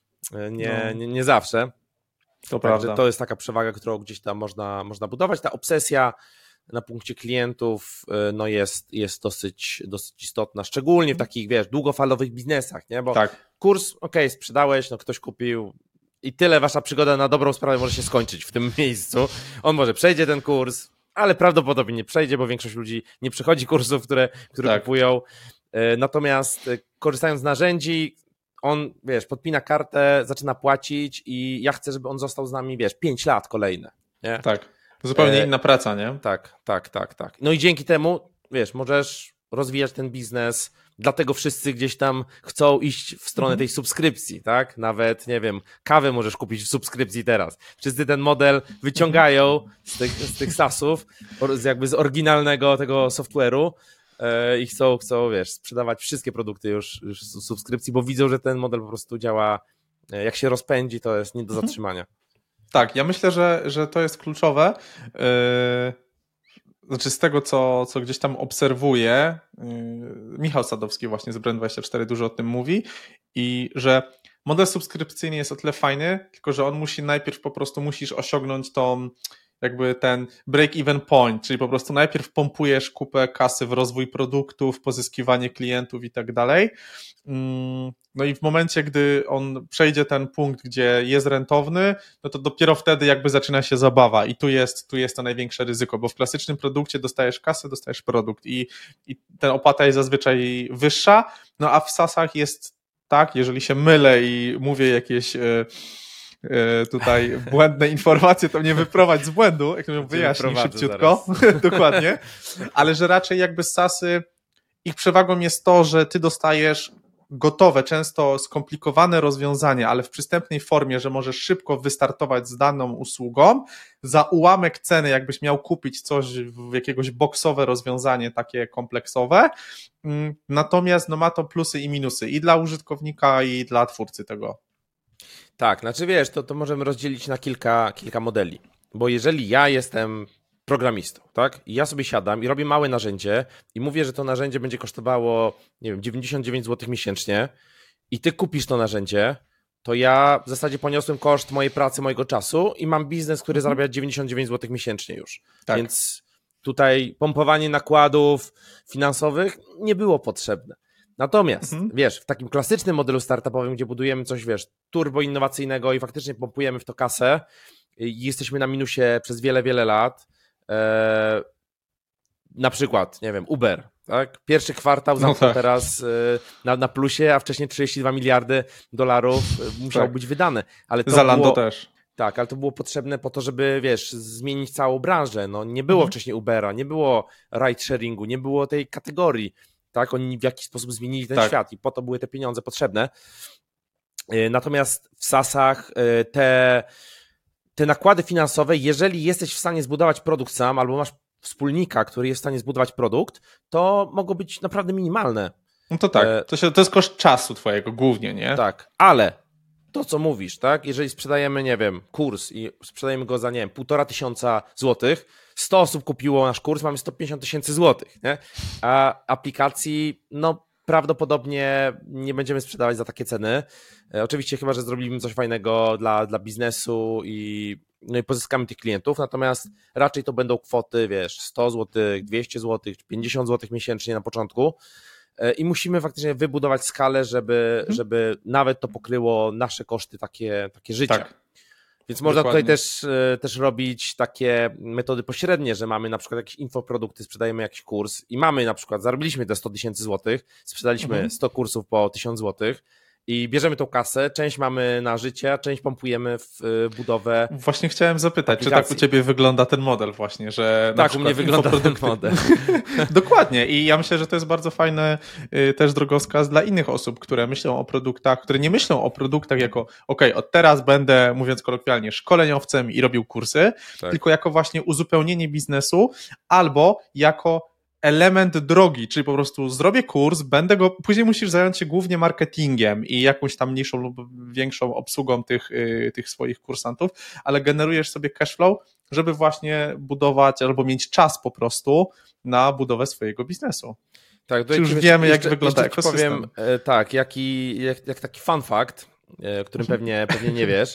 nie zawsze. To prawda. To jest taka przewaga, którą gdzieś tam można budować. Ta obsesja na punkcie klientów jest dosyć istotna, szczególnie w takich, wiesz, długofalowych biznesach, nie? Bo kurs, sprzedałeś, ktoś kupił i tyle wasza przygoda na dobrą sprawę może się skończyć w tym miejscu. On może przejdzie ten kurs, ale prawdopodobnie nie przejdzie, bo większość ludzi nie przechodzi kursów, które kupują. Natomiast korzystając z narzędzi, on, wiesz, podpina kartę, zaczyna płacić i ja chcę, żeby on został z nami, wiesz, 5 lat kolejne. Nie? Tak. Zupełnie inna praca, nie? Tak. No i dzięki temu, wiesz, możesz rozwijać ten biznes, dlatego wszyscy gdzieś tam chcą iść w stronę tej subskrypcji, tak? Nawet, nie wiem, kawę możesz kupić w subskrypcji teraz. Wszyscy ten model wyciągają z tych SaaS-ów, jakby z oryginalnego tego software'u i chcą, wiesz, sprzedawać wszystkie produkty już z subskrypcji, bo widzą, że ten model po prostu działa, jak się rozpędzi, to jest nie do zatrzymania. Tak, ja myślę, że to jest kluczowe. Znaczy z tego, co gdzieś tam obserwuję, Michał Sadowski właśnie z Brand24 dużo o tym mówi i że model subskrypcyjny jest o tyle fajny, tylko że on najpierw po prostu musisz osiągnąć tą jakby ten break-even point, czyli po prostu najpierw pompujesz kupę kasy w rozwój produktów, pozyskiwanie klientów i tak dalej. No i w momencie, gdy on przejdzie ten punkt, gdzie jest rentowny, no to dopiero wtedy jakby zaczyna się zabawa i tu jest to największe ryzyko, bo w klasycznym produkcie dostajesz kasę, dostajesz produkt i ten opłata jest zazwyczaj wyższa, no a w SaaS-ach jest tak, jeżeli się mylę i mówię jakieś tutaj błędne informacje, to mnie wyprowadź z błędu, jak to ją wyjaśni szybciutko, dokładnie, ale że raczej jakby SaaS-y, ich przewagą jest to, że ty dostajesz gotowe, często skomplikowane rozwiązanie, ale w przystępnej formie, że możesz szybko wystartować z daną usługą, za ułamek ceny, jakbyś miał kupić coś, jakiegoś boksowe rozwiązanie takie kompleksowe, natomiast no, ma to plusy i minusy i dla użytkownika, i dla twórcy tego. Tak, znaczy wiesz, to możemy rozdzielić na kilka modeli, bo jeżeli ja jestem programistą, tak, i ja sobie siadam i robię małe narzędzie i mówię, że to narzędzie będzie kosztowało, nie wiem, 99 zł miesięcznie i ty kupisz to narzędzie, to ja w zasadzie poniosłem koszt mojej pracy, mojego czasu i mam biznes, który zarabia 99 zł miesięcznie już. Tak. Więc tutaj pompowanie nakładów finansowych nie było potrzebne. Natomiast, wiesz, w takim klasycznym modelu startupowym, gdzie budujemy coś, wiesz, turbo innowacyjnego i faktycznie pompujemy w to kasę i jesteśmy na minusie przez wiele, wiele lat, na przykład, nie wiem, Uber, tak? Pierwszy kwartał zamknął teraz na plusie, a wcześniej 32 miliardy dolarów musiało być wydane. Ale to Zalando było, też. Tak, ale to było potrzebne po to, żeby, wiesz, zmienić całą branżę. No, nie było wcześniej Ubera, nie było ride-sharingu, nie było tej kategorii. Tak, oni w jakiś sposób zmienili ten świat i po to były te pieniądze potrzebne. Natomiast w SaaS-ach te nakłady finansowe, jeżeli jesteś w stanie zbudować produkt sam albo masz wspólnika, który jest w stanie zbudować produkt, to mogą być naprawdę minimalne. No to tak, to jest koszt czasu twojego głównie, nie? Tak, ale to, co mówisz, tak, jeżeli sprzedajemy, nie wiem, kurs i sprzedajemy go za, nie wiem, 1500 złotych, 100 osób kupiło nasz kurs, mamy 150 000 złotych, nie? A aplikacji, no prawdopodobnie nie będziemy sprzedawać za takie ceny. Oczywiście chyba, że zrobimy coś fajnego dla biznesu i pozyskamy tych klientów, natomiast raczej to będą kwoty, wiesz, 100 zł, 200 zł, 50 zł miesięcznie na początku i musimy faktycznie wybudować skalę, żeby nawet to pokryło nasze koszty takie życia. Tak. Więc można tutaj też robić takie metody pośrednie, że mamy na przykład jakieś infoprodukty, sprzedajemy jakiś kurs i mamy na przykład, zarobiliśmy te 100 000 złotych, sprzedaliśmy 100 kursów po 1000 złotych i bierzemy tą kasę, część mamy na życie, a część pompujemy w budowę. Właśnie chciałem zapytać, aplikacji. Czy tak u ciebie wygląda ten model właśnie, że tak, u mnie wygląda ten model. Dokładnie i ja myślę, że to jest bardzo fajny też drogowskaz dla innych osób, które myślą o produktach, które nie myślą o produktach jako od teraz będę, mówiąc kolokwialnie, szkoleniowcem i robił kursy, tylko jako właśnie uzupełnienie biznesu albo jako element drogi, czyli po prostu zrobię kurs, później musisz zająć się głównie marketingiem i jakąś tam mniejszą lub większą obsługą tych swoich kursantów, ale generujesz sobie cashflow, żeby właśnie budować albo mieć czas po prostu na budowę swojego biznesu. Tak, to już wiemy, jak wygląda ekosystem. Powiem, tak, jak taki fun fact, o którym pewnie nie wiesz,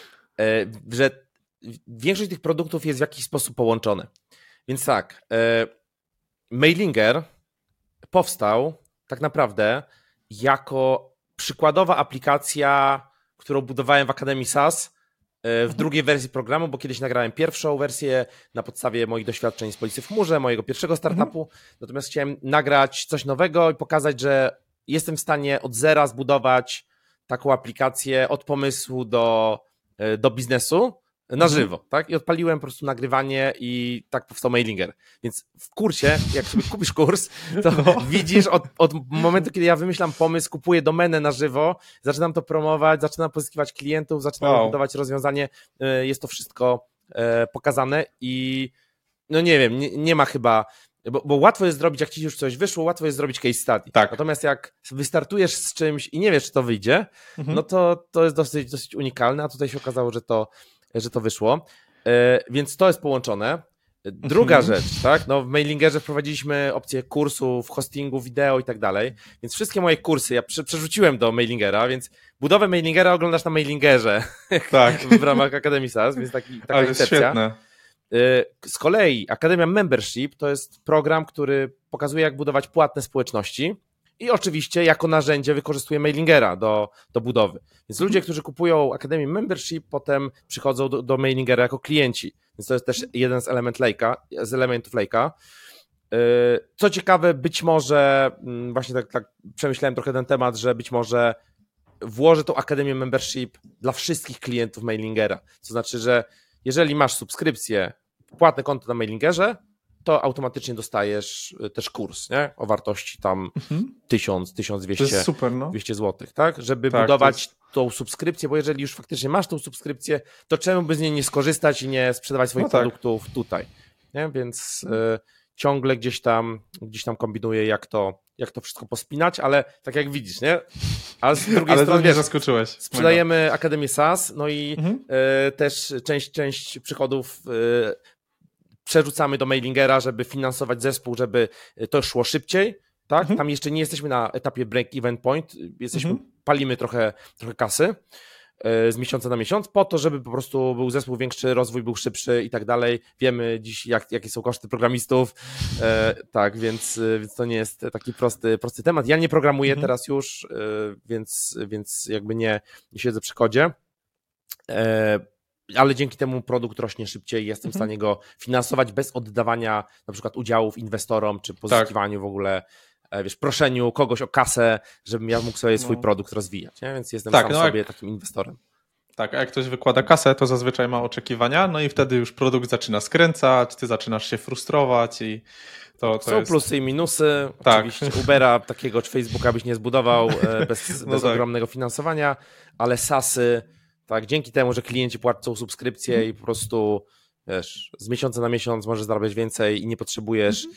że większość tych produktów jest w jakiś sposób połączone. Więc tak, Mailinger powstał tak naprawdę jako przykładowa aplikacja, którą budowałem w Akademii SaaS w drugiej wersji programu, bo kiedyś nagrałem pierwszą wersję na podstawie moich doświadczeń z Policji w chmurze, mojego pierwszego startupu, natomiast chciałem nagrać coś nowego i pokazać, że jestem w stanie od zera zbudować taką aplikację od pomysłu do biznesu na żywo, tak? I odpaliłem po prostu nagrywanie i tak powstał Mailinger. Więc w kursie, jak sobie kupisz kurs, to widzisz od momentu, kiedy ja wymyślam pomysł, kupuję domenę na żywo, zaczynam to promować, zaczynam pozyskiwać klientów, zaczynam budować rozwiązanie, jest to wszystko pokazane i no nie wiem, nie ma chyba, bo łatwo jest zrobić, jak ci już coś wyszło, łatwo jest zrobić case study. Tak. Natomiast jak wystartujesz z czymś i nie wiesz, czy to wyjdzie, no to jest dosyć unikalne, a tutaj się okazało, że to wyszło, więc to jest połączone. Druga rzecz, tak, no w Mailingerze wprowadziliśmy opcję kursów, hostingu, wideo i tak dalej, więc wszystkie moje kursy ja przerzuciłem do Mailingera, więc budowę Mailingera oglądasz na Mailingerze w ramach Akademii SaaS, więc taka koncepcja. Świetne. Z kolei Akademia Membership to jest program, który pokazuje, jak budować płatne społeczności i oczywiście jako narzędzie wykorzystuje Mailingera do budowy. Więc ludzie, którzy kupują Akademię Membership, potem przychodzą do Mailingera jako klienci. Więc to jest też jeden z elementów Lake'a. Co ciekawe, być może, właśnie tak przemyślałem trochę ten temat, że być może włożę tą Akademię Membership dla wszystkich klientów Mailingera. To znaczy, że jeżeli masz subskrypcję, płatne konto na Mailingerze, to automatycznie dostajesz też kurs, nie? O wartości tam 1000, 1200, To jest super, no. 200 zł, tak? Żeby Tak, budować tą subskrypcję, bo jeżeli już faktycznie masz tą subskrypcję, to czemu by z niej nie skorzystać i nie sprzedawać swoich produktów tutaj, nie? Więc ciągle gdzieś tam kombinuję, jak to wszystko pospinać, ale tak jak widzisz, nie? A z drugiej strony, mnie zaskoczyłeś. Sprzedajemy Akademię SaaS, no i też część przychodów przerzucamy do mailingera, żeby finansować zespół, żeby to szło szybciej, tak? Tam jeszcze nie jesteśmy na etapie break-even point, palimy trochę kasy z miesiąca na miesiąc, po to, żeby po prostu był zespół większy, rozwój był szybszy i tak dalej. Wiemy dziś, jakie są koszty programistów, tak, więc to nie jest taki prosty temat. Ja nie programuję teraz już, więc jakby nie siedzę przy kodzie, ale dzięki temu produkt rośnie szybciej, jestem w stanie go finansować bez oddawania na przykład udziałów inwestorom, czy pozyskiwaniu w ogóle, proszeniu kogoś o kasę, żebym ja mógł sobie swój produkt rozwijać, nie? Więc jestem sam sobie takim inwestorem. Tak, a jak ktoś wykłada kasę, to zazwyczaj ma oczekiwania, no i wtedy już produkt zaczyna skręcać, ty zaczynasz się frustrować i to są jest... plusy i minusy. Tak. Oczywiście Ubera takiego czy Facebooka byś nie zbudował bez ogromnego finansowania, ale SaaSy, tak, dzięki temu, że klienci płacą subskrypcję i po prostu z miesiąca na miesiąc możesz zarabiać więcej i nie potrzebujesz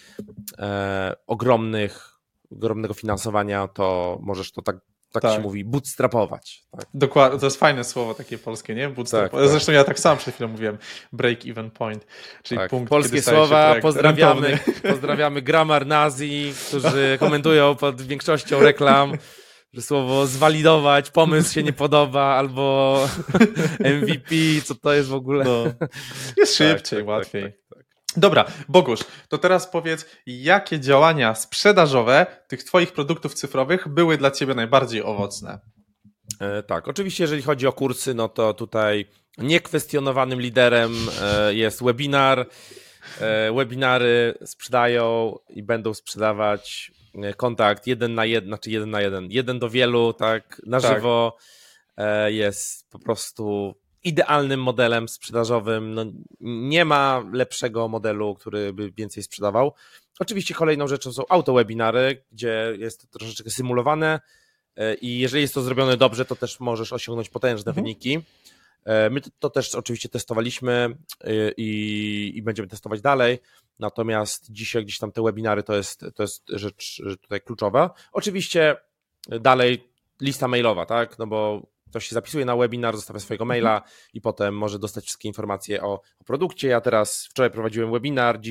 ogromnego finansowania, to możesz to tak się mówi, bootstrapować. Tak. Dokładnie, to jest fajne słowo takie polskie, nie? Bootstrap. Zresztą ja tak sam przed chwilą mówiłem, break-even point, czyli punkt, polskie kiedy słowa, pozdrawiamy Grammar Nazi, którzy komentują pod większością reklam, że słowo zwalidować, pomysł się nie podoba, albo MVP, co to jest w ogóle. No. Jest szybciej, łatwiej. Tak. Dobra, Bogusz, to teraz powiedz, jakie działania sprzedażowe tych twoich produktów cyfrowych były dla ciebie najbardziej owocne? Tak, oczywiście jeżeli chodzi o kursy, no to tutaj niekwestionowanym liderem jest webinar. Webinary sprzedają i będą sprzedawać kontakt 1 na 1, znaczy 1 na 1, 1 do wielu, tak, na żywo jest po prostu idealnym modelem sprzedażowym. No, nie ma lepszego modelu, który by więcej sprzedawał. Oczywiście kolejną rzeczą są autowebinary, gdzie jest to troszeczkę symulowane i jeżeli jest to zrobione dobrze, to też możesz osiągnąć potężne wyniki. My to też oczywiście testowaliśmy i będziemy testować dalej, natomiast dzisiaj gdzieś tam te webinary to jest rzecz tutaj kluczowa. Oczywiście dalej lista mailowa, tak, no bo ktoś się zapisuje na webinar, zostawia swojego maila i potem może dostać wszystkie informacje o produkcie. Ja wczoraj prowadziłem webinar,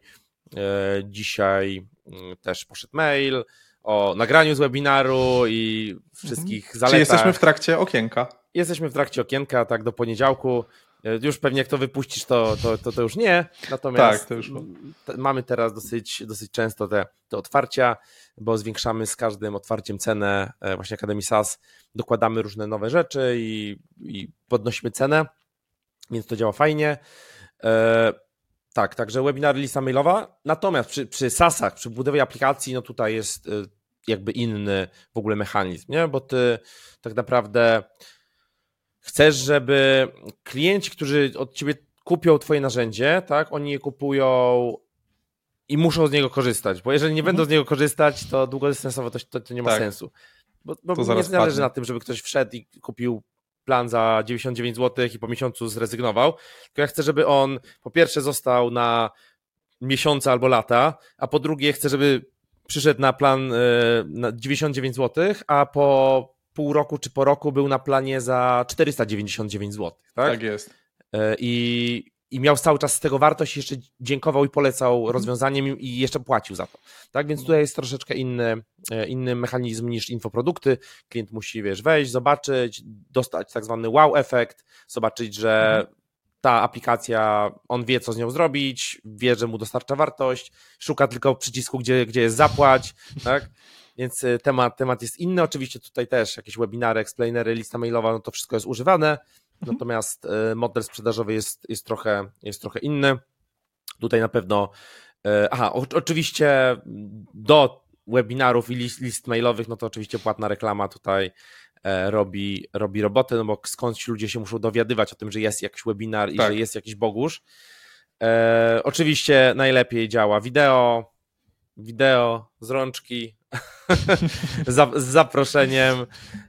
dzisiaj też poszedł mail o nagraniu z webinaru i wszystkich zaletach. Czy jesteśmy w trakcie okienka? Jesteśmy w trakcie okienka, tak, do poniedziałku. Już pewnie jak to wypuścisz, to już nie. Natomiast tak, to już mamy teraz dosyć często te otwarcia, bo zwiększamy z każdym otwarciem cenę właśnie Akademii SaaS. Dokładamy różne nowe rzeczy i podnosimy cenę, więc to działa fajnie. Tak, także webinary, lista mailowa. Natomiast przy SaaS-ach, przy budowie aplikacji, no tutaj jest jakby inny w ogóle mechanizm, nie? Bo ty tak naprawdę chcesz, żeby klienci, którzy od ciebie kupią twoje narzędzie, tak, oni je kupują i muszą z niego korzystać, bo jeżeli nie będą z niego korzystać, to długodystansowo to nie ma sensu. Bo nie zależy na tym, żeby ktoś wszedł i kupił plan za 99 zł i po miesiącu zrezygnował, tylko ja chcę, żeby on po pierwsze został na miesiące albo lata, a po drugie chcę, żeby przyszedł na plan na 99 zł, a po pół roku czy po roku był na planie za 499 zł. Tak, tak jest. I miał cały czas z tego wartość, jeszcze dziękował i polecał rozwiązaniem i jeszcze płacił za to. Tak, więc tutaj jest troszeczkę inny mechanizm niż infoprodukty. Klient musi, wejść, zobaczyć, dostać tak zwany wow efekt, zobaczyć, że ta aplikacja, on wie, co z nią zrobić, wie, że mu dostarcza wartość, szuka tylko przycisku, gdzie jest zapłać, tak? Więc temat jest inny. Oczywiście tutaj też jakieś webinary, explainery, lista mailowa, no to wszystko jest używane, natomiast model sprzedażowy jest trochę inny. Tutaj na pewno oczywiście do webinarów i list mailowych, no to oczywiście płatna reklama tutaj robi robotę, no bo skądś ludzie się muszą dowiadywać o tym, że jest jakiś webinar i że jest jakiś Bogusz. Oczywiście najlepiej działa wideo z rączki z zaproszeniem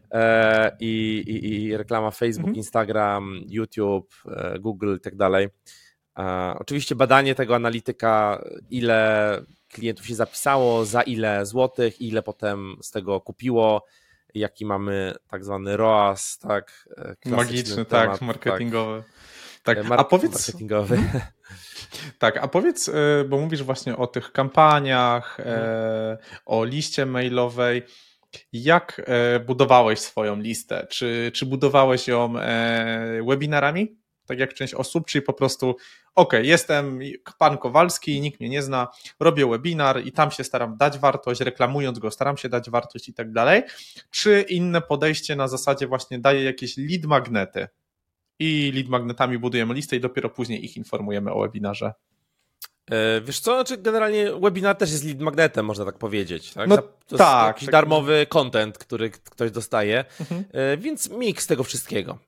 i reklama Facebook, Instagram, YouTube, Google i tak dalej. Oczywiście badanie tego analityka, ile klientów się zapisało, za ile złotych, ile potem z tego kupiło, jaki mamy tak zwany ROAS, tak? Magiczny, temat, tak, marketingowy. Tak. A powiedz, marketingowy. Tak, a powiedz, bo mówisz właśnie o tych kampaniach, o liście mailowej. Jak budowałeś swoją listę? Czy budowałeś ją webinarami? Tak jak część osób, czyli po prostu jestem pan Kowalski, nikt mnie nie zna, robię webinar i tam się staram dać wartość, reklamując go, staram się dać wartość i tak dalej. Czy inne podejście na zasadzie właśnie daję jakieś lead magnety i lead magnetami budujemy listę i dopiero później ich informujemy o webinarze? Wiesz co, znaczy generalnie webinar też jest lead magnetem, można tak powiedzieć. Tak? No To jest tak, jakiś tak. darmowy content, który ktoś dostaje, więc miks tego wszystkiego.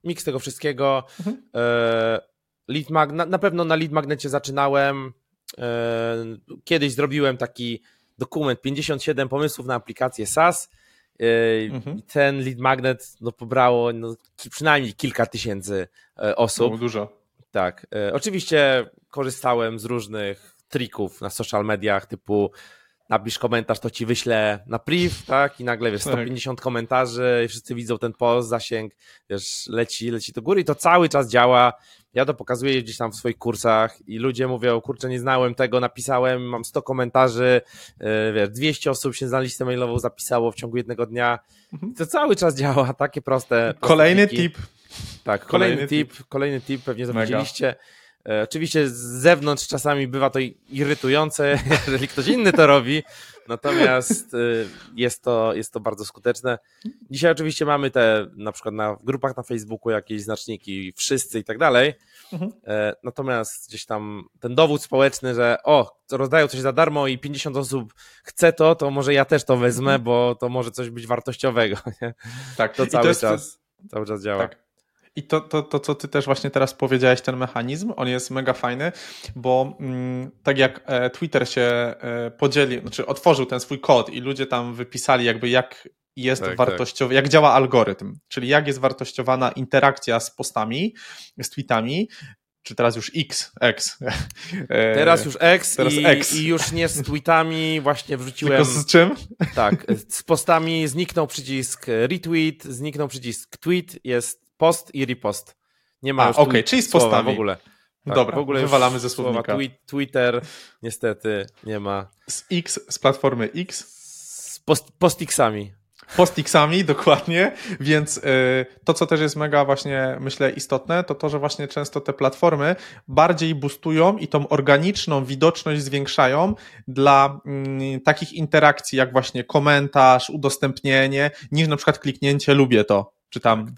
Na pewno na lead magnecie zaczynałem. Kiedyś zrobiłem taki dokument 57 pomysłów na aplikację SaaS. I ten lead magnet pobrało przynajmniej kilka tysięcy osób. No, dużo. Tak, oczywiście korzystałem z różnych trików na social mediach, typu napisz komentarz, to ci wyślę na priv, tak? I nagle, wiesz, 150 komentarzy i wszyscy widzą ten post, zasięg, wiesz, leci do góry i to cały czas działa. Ja to pokazuję gdzieś tam w swoich kursach i ludzie mówią, kurczę, nie znałem tego, napisałem, mam 100 komentarzy, wiesz, 200 osób się na listę mailową zapisało w ciągu jednego dnia. I to cały czas działa, takie proste. Kolejny triki. tip. Tak, kolejny tip, pewnie zawiedzieliście. Oczywiście z zewnątrz czasami bywa to irytujące, jeżeli ktoś inny to robi, natomiast jest to bardzo skuteczne. Dzisiaj oczywiście mamy na przykład w grupach na Facebooku jakieś znaczniki, wszyscy i tak dalej, natomiast gdzieś tam ten dowód społeczny, że rozdają coś za darmo i 50 osób chce to może ja też to wezmę, bo to może coś być wartościowego. Nie? Tak, to cały czas działa. Tak. I to, co ty też właśnie teraz powiedziałeś, ten mechanizm, on jest mega fajny, bo tak jak Twitter się podzielił, znaczy otworzył ten swój kod i ludzie tam wypisali jakby jak jest wartościowy, jak działa algorytm, czyli jak jest wartościowana interakcja z postami, z tweetami, czy teraz już X. Teraz już X X. I już nie z tweetami, właśnie wrzuciłem... Tylko z czym? Tak, z postami zniknął przycisk retweet, zniknął przycisk tweet, jest post i repost. Nie ma już czyli z postami. W ogóle. Tak, dobra, w ogóle wywalamy ze słownika. Twitter niestety nie ma. Z platformy X? Z postixami. Postixami, dokładnie, więc to, co też jest mega właśnie, myślę, istotne, to, że właśnie często te platformy bardziej boostują i tą organiczną widoczność zwiększają dla takich interakcji, jak właśnie komentarz, udostępnienie, niż na przykład kliknięcie lubię to, czy tam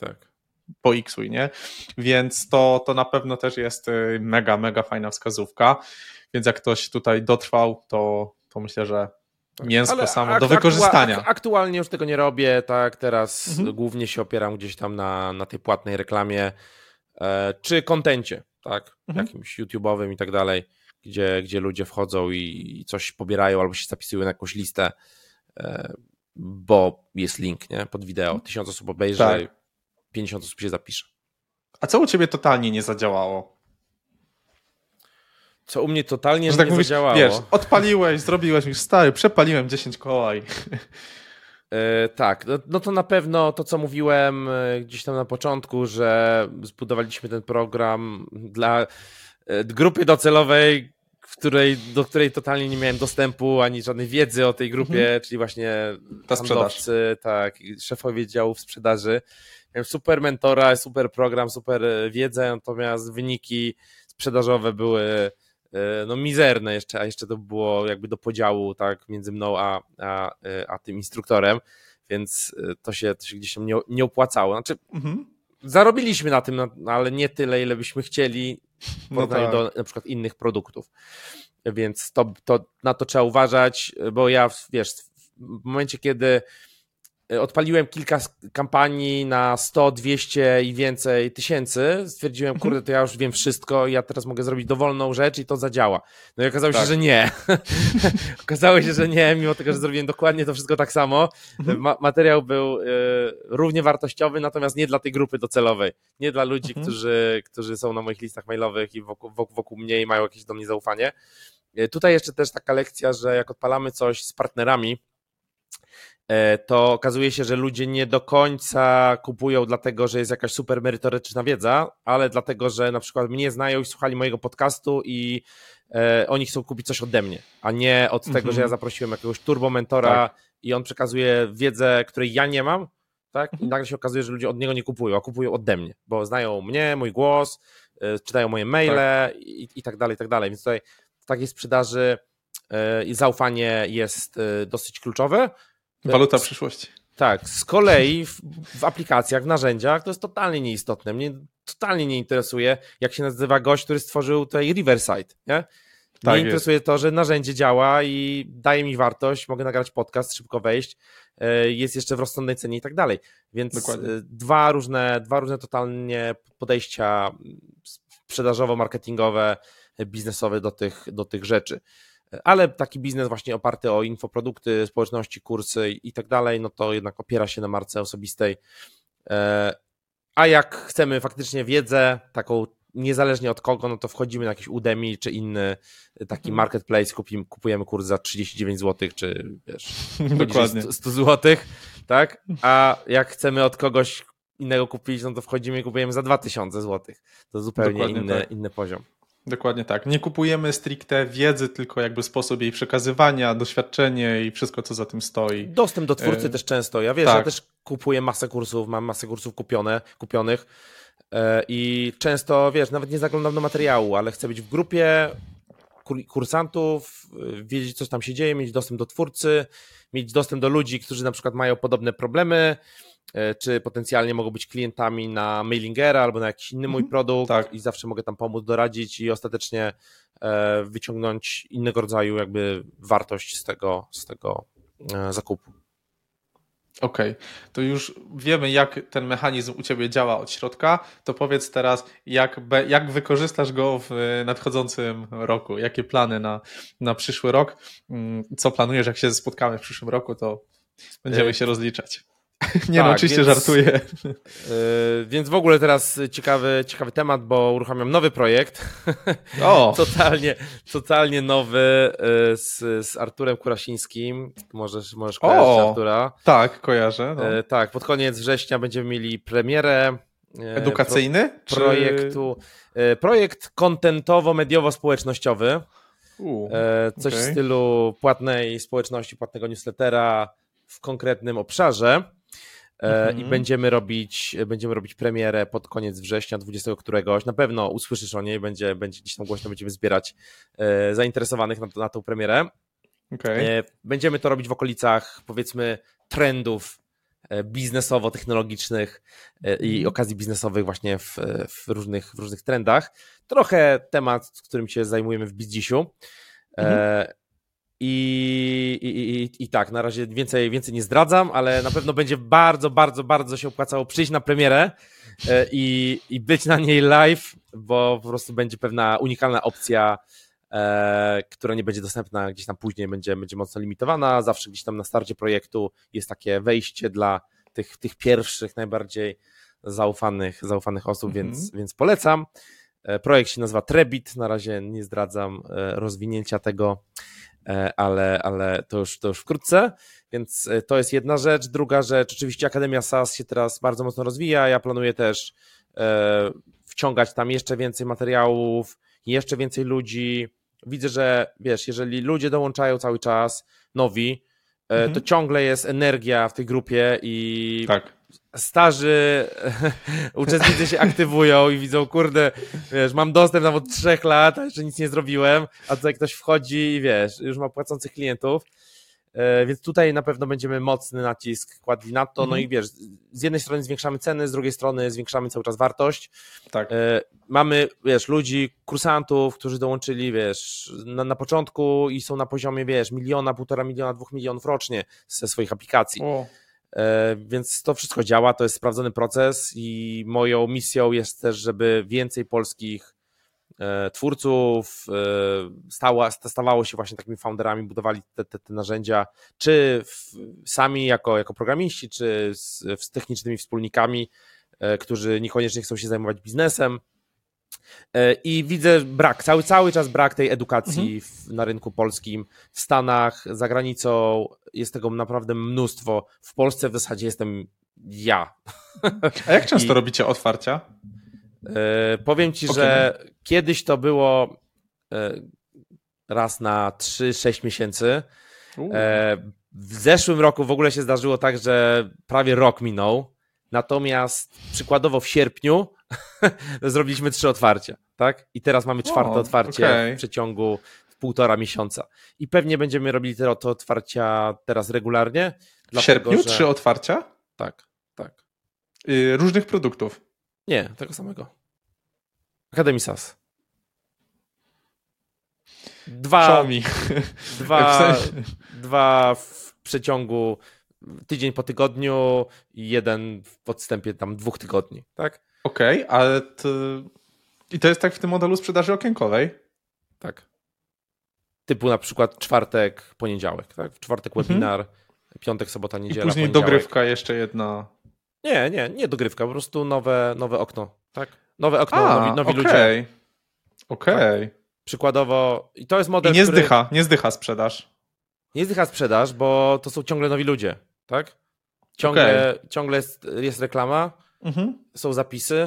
po X-uj, nie? Więc to na pewno też jest mega, mega fajna wskazówka, więc jak ktoś tutaj dotrwał, to myślę, że mięsko samo do wykorzystania. Aktualnie już tego nie robię, tak, teraz głównie się opieram gdzieś tam na tej płatnej reklamie, czy kontencie, tak, jakimś YouTube'owym i tak dalej, gdzie ludzie wchodzą i coś pobierają albo się zapisują na jakąś listę, bo jest link, nie, pod wideo, 1000 osób obejrzy, 50 osób się zapisze. A co u ciebie totalnie nie zadziałało? Co u mnie totalnie nie tak zadziałało. Wiesz, odpaliłeś, zrobiłeś już stary, przepaliłem 10 koła i... Tak, no to na pewno to, co mówiłem gdzieś tam na początku, że zbudowaliśmy ten program dla grupy docelowej, do której totalnie nie miałem dostępu, ani żadnej wiedzy o tej grupie, czyli właśnie handlowcy, tak, szefowie działów sprzedaży. Miałem super mentora, super program, super wiedzę, natomiast wyniki sprzedażowe były mizerne jeszcze, a jeszcze to było jakby do podziału, tak, między mną a tym instruktorem, więc to się gdzieś tam nie opłacało. Znaczy, zarobiliśmy na tym, ale nie tyle, ile byśmy chcieli w porównaniu do na przykład innych produktów. Więc na to trzeba uważać, bo ja, wiesz, w momencie, kiedy odpaliłem kilka kampanii na 100, 200 i więcej tysięcy. Stwierdziłem, kurde, to ja już wiem wszystko i ja teraz mogę zrobić dowolną rzecz i to zadziała. No i okazało się, że nie. Okazało się, że nie, mimo tego, że zrobiłem dokładnie to wszystko tak samo. Materiał był równie wartościowy, natomiast nie dla tej grupy docelowej. Nie dla ludzi, którzy są na moich listach mailowych i wokół mnie i mają jakieś do mnie zaufanie. Tutaj jeszcze też taka lekcja, że jak odpalamy coś z partnerami, to okazuje się, że ludzie nie do końca kupują dlatego, że jest jakaś super merytoryczna wiedza, ale dlatego, że na przykład mnie znają i słuchali mojego podcastu i oni chcą kupić coś ode mnie, a nie od tego, że ja zaprosiłem jakiegoś turbomentora i on przekazuje wiedzę, której ja nie mam, tak? I nagle się okazuje, że ludzie od niego nie kupują, a kupują ode mnie, bo znają mnie, mój głos, czytają moje maile i tak dalej, i tak dalej. Więc tutaj w takiej sprzedaży zaufanie jest dosyć kluczowe. Waluta przyszłości. Tak, z kolei w aplikacjach, w narzędziach to jest totalnie nieistotne. Mnie totalnie nie interesuje, jak się nazywa gość, który stworzył tutaj Riverside. Nie? Mnie interesuje to, że narzędzie działa i daje mi wartość, mogę nagrać podcast, szybko wejść, jest jeszcze w rozsądnej cenie i tak dalej. Więc dwa różne totalnie podejścia sprzedażowo-marketingowe, biznesowe do tych rzeczy. Ale taki biznes właśnie oparty o infoprodukty, społeczności, kursy i tak dalej, no to jednak opiera się na marce osobistej. A jak chcemy faktycznie wiedzę, taką niezależnie od kogo, no to wchodzimy na jakiś Udemy czy inny taki marketplace, kupujemy kurs za 39 zł, czy wiesz, dokładnie 100 zł, tak? A jak chcemy od kogoś innego kupić, no to wchodzimy i kupujemy za 2000 zł. To zupełnie inny poziom. Dokładnie tak. Nie kupujemy stricte wiedzy, tylko jakby sposób jej przekazywania, doświadczenie i wszystko, co za tym stoi. Dostęp do twórcy też często. Ja wiesz, ja też kupuję masę kursów, mam masę kursów kupionych i często, wiesz, nawet nie zaglądam do materiału, ale chcę być w grupie kursantów, wiedzieć, co tam się dzieje, mieć dostęp do twórcy, mieć dostęp do ludzi, którzy na przykład mają podobne problemy, czy potencjalnie mogą być klientami na Mailingera albo na jakiś inny mój produkt i zawsze mogę tam pomóc, doradzić i ostatecznie wyciągnąć innego rodzaju jakby wartość z tego zakupu. Okej, to już wiemy, jak ten mechanizm u Ciebie działa od środka, to powiedz teraz, jak wykorzystasz go w nadchodzącym roku? Jakie plany na przyszły rok? Co planujesz, jak się spotkamy w przyszłym roku, to będziemy się rozliczać. Nie, no oczywiście żartuję. Więc w ogóle teraz ciekawy temat, bo uruchamiam nowy projekt. Totalnie nowy z Arturem Kurasińskim. Możesz kojarzyć Artura. Tak, kojarzę. No. Tak, pod koniec września będziemy mieli premierę. Edukacyjny? Projektu. Projekt kontentowo-mediowo-społecznościowy. Coś w stylu płatnej społeczności, płatnego newslettera w konkretnym obszarze. I będziemy robić premierę pod koniec września, 20 któregoś. Na pewno usłyszysz o niej, będzie gdzieś tam głośno, będziemy zbierać zainteresowanych na tą premierę. Będziemy to robić w okolicach, powiedzmy, trendów biznesowo-technologicznych i okazji biznesowych właśnie w różnych trendach. Trochę temat, którym się zajmujemy w Bizdzisiu. I tak, na razie więcej nie zdradzam, ale na pewno będzie bardzo, bardzo, bardzo się opłacało przyjść na premierę i być na niej live, bo po prostu będzie pewna unikalna opcja, która nie będzie dostępna gdzieś tam później, będzie mocno limitowana. Zawsze gdzieś tam na starcie projektu jest takie wejście dla tych pierwszych, najbardziej zaufanych osób, więc polecam. Projekt się nazywa Trebit, na razie nie zdradzam rozwinięcia tego, ale to już wkrótce, więc to jest jedna rzecz. Druga rzecz, oczywiście Akademia SaaS się teraz bardzo mocno rozwija, ja planuję też wciągać tam jeszcze więcej materiałów, jeszcze więcej ludzi. Widzę, że wiesz, jeżeli ludzie dołączają cały czas, nowi, to ciągle jest energia w tej grupie i starzy uczestnicy się aktywują i widzą, kurde, wiesz, mam dostęp nawet 3 lat, a jeszcze nic nie zrobiłem, a tutaj ktoś wchodzi i wiesz, już ma płacących klientów, więc tutaj na pewno będziemy mocny nacisk kładli na to, no i wiesz, z jednej strony zwiększamy ceny, z drugiej strony zwiększamy cały czas wartość. Mamy, wiesz, ludzi, kursantów, którzy dołączyli, wiesz, na początku i są na poziomie, wiesz, 1,5 miliona, 2 milionów rocznie ze swoich aplikacji. Więc to wszystko działa, to jest sprawdzony proces i moją misją jest też, żeby więcej polskich twórców stawało się właśnie takimi founderami, budowali te narzędzia, czy sami jako programiści, czy z technicznymi wspólnikami, którzy niekoniecznie chcą się zajmować biznesem. I widzę brak, cały czas brak tej edukacji na rynku polskim. W Stanach, za granicą jest tego naprawdę mnóstwo. W Polsce w zasadzie jestem ja. A jak często robicie otwarcia? Powiem ci, że kiedyś to było raz na 3-6 miesięcy. W zeszłym roku w ogóle się zdarzyło tak, że prawie rok minął. Natomiast przykładowo w sierpniu zrobiliśmy 3 otwarcia, tak? I teraz mamy 4. otwarcie w przeciągu 1,5 miesiąca. I pewnie będziemy robili te otwarcia teraz regularnie. W sierpniu 3 otwarcia? Tak. Różnych produktów? Nie, tego samego. Akademii SAS. 2 w przeciągu tydzień po tygodniu i 1 w podstępie tam 2 tygodni, tak? Okej, ale i to jest tak w tym modelu sprzedaży okienkowej? Tak. Typu na przykład czwartek, poniedziałek, tak? W czwartek webinar, piątek, sobota, niedziela, i później dogrywka jeszcze jedna. Nie dogrywka, po prostu nowe okno, tak? Nowe okno, nowi ludzie. Okej. Tak. Przykładowo, i to jest model, I nie zdycha sprzedaż. Nie zdycha sprzedaż, bo to są ciągle nowi ludzie, tak? Ciągle jest reklama, są zapisy,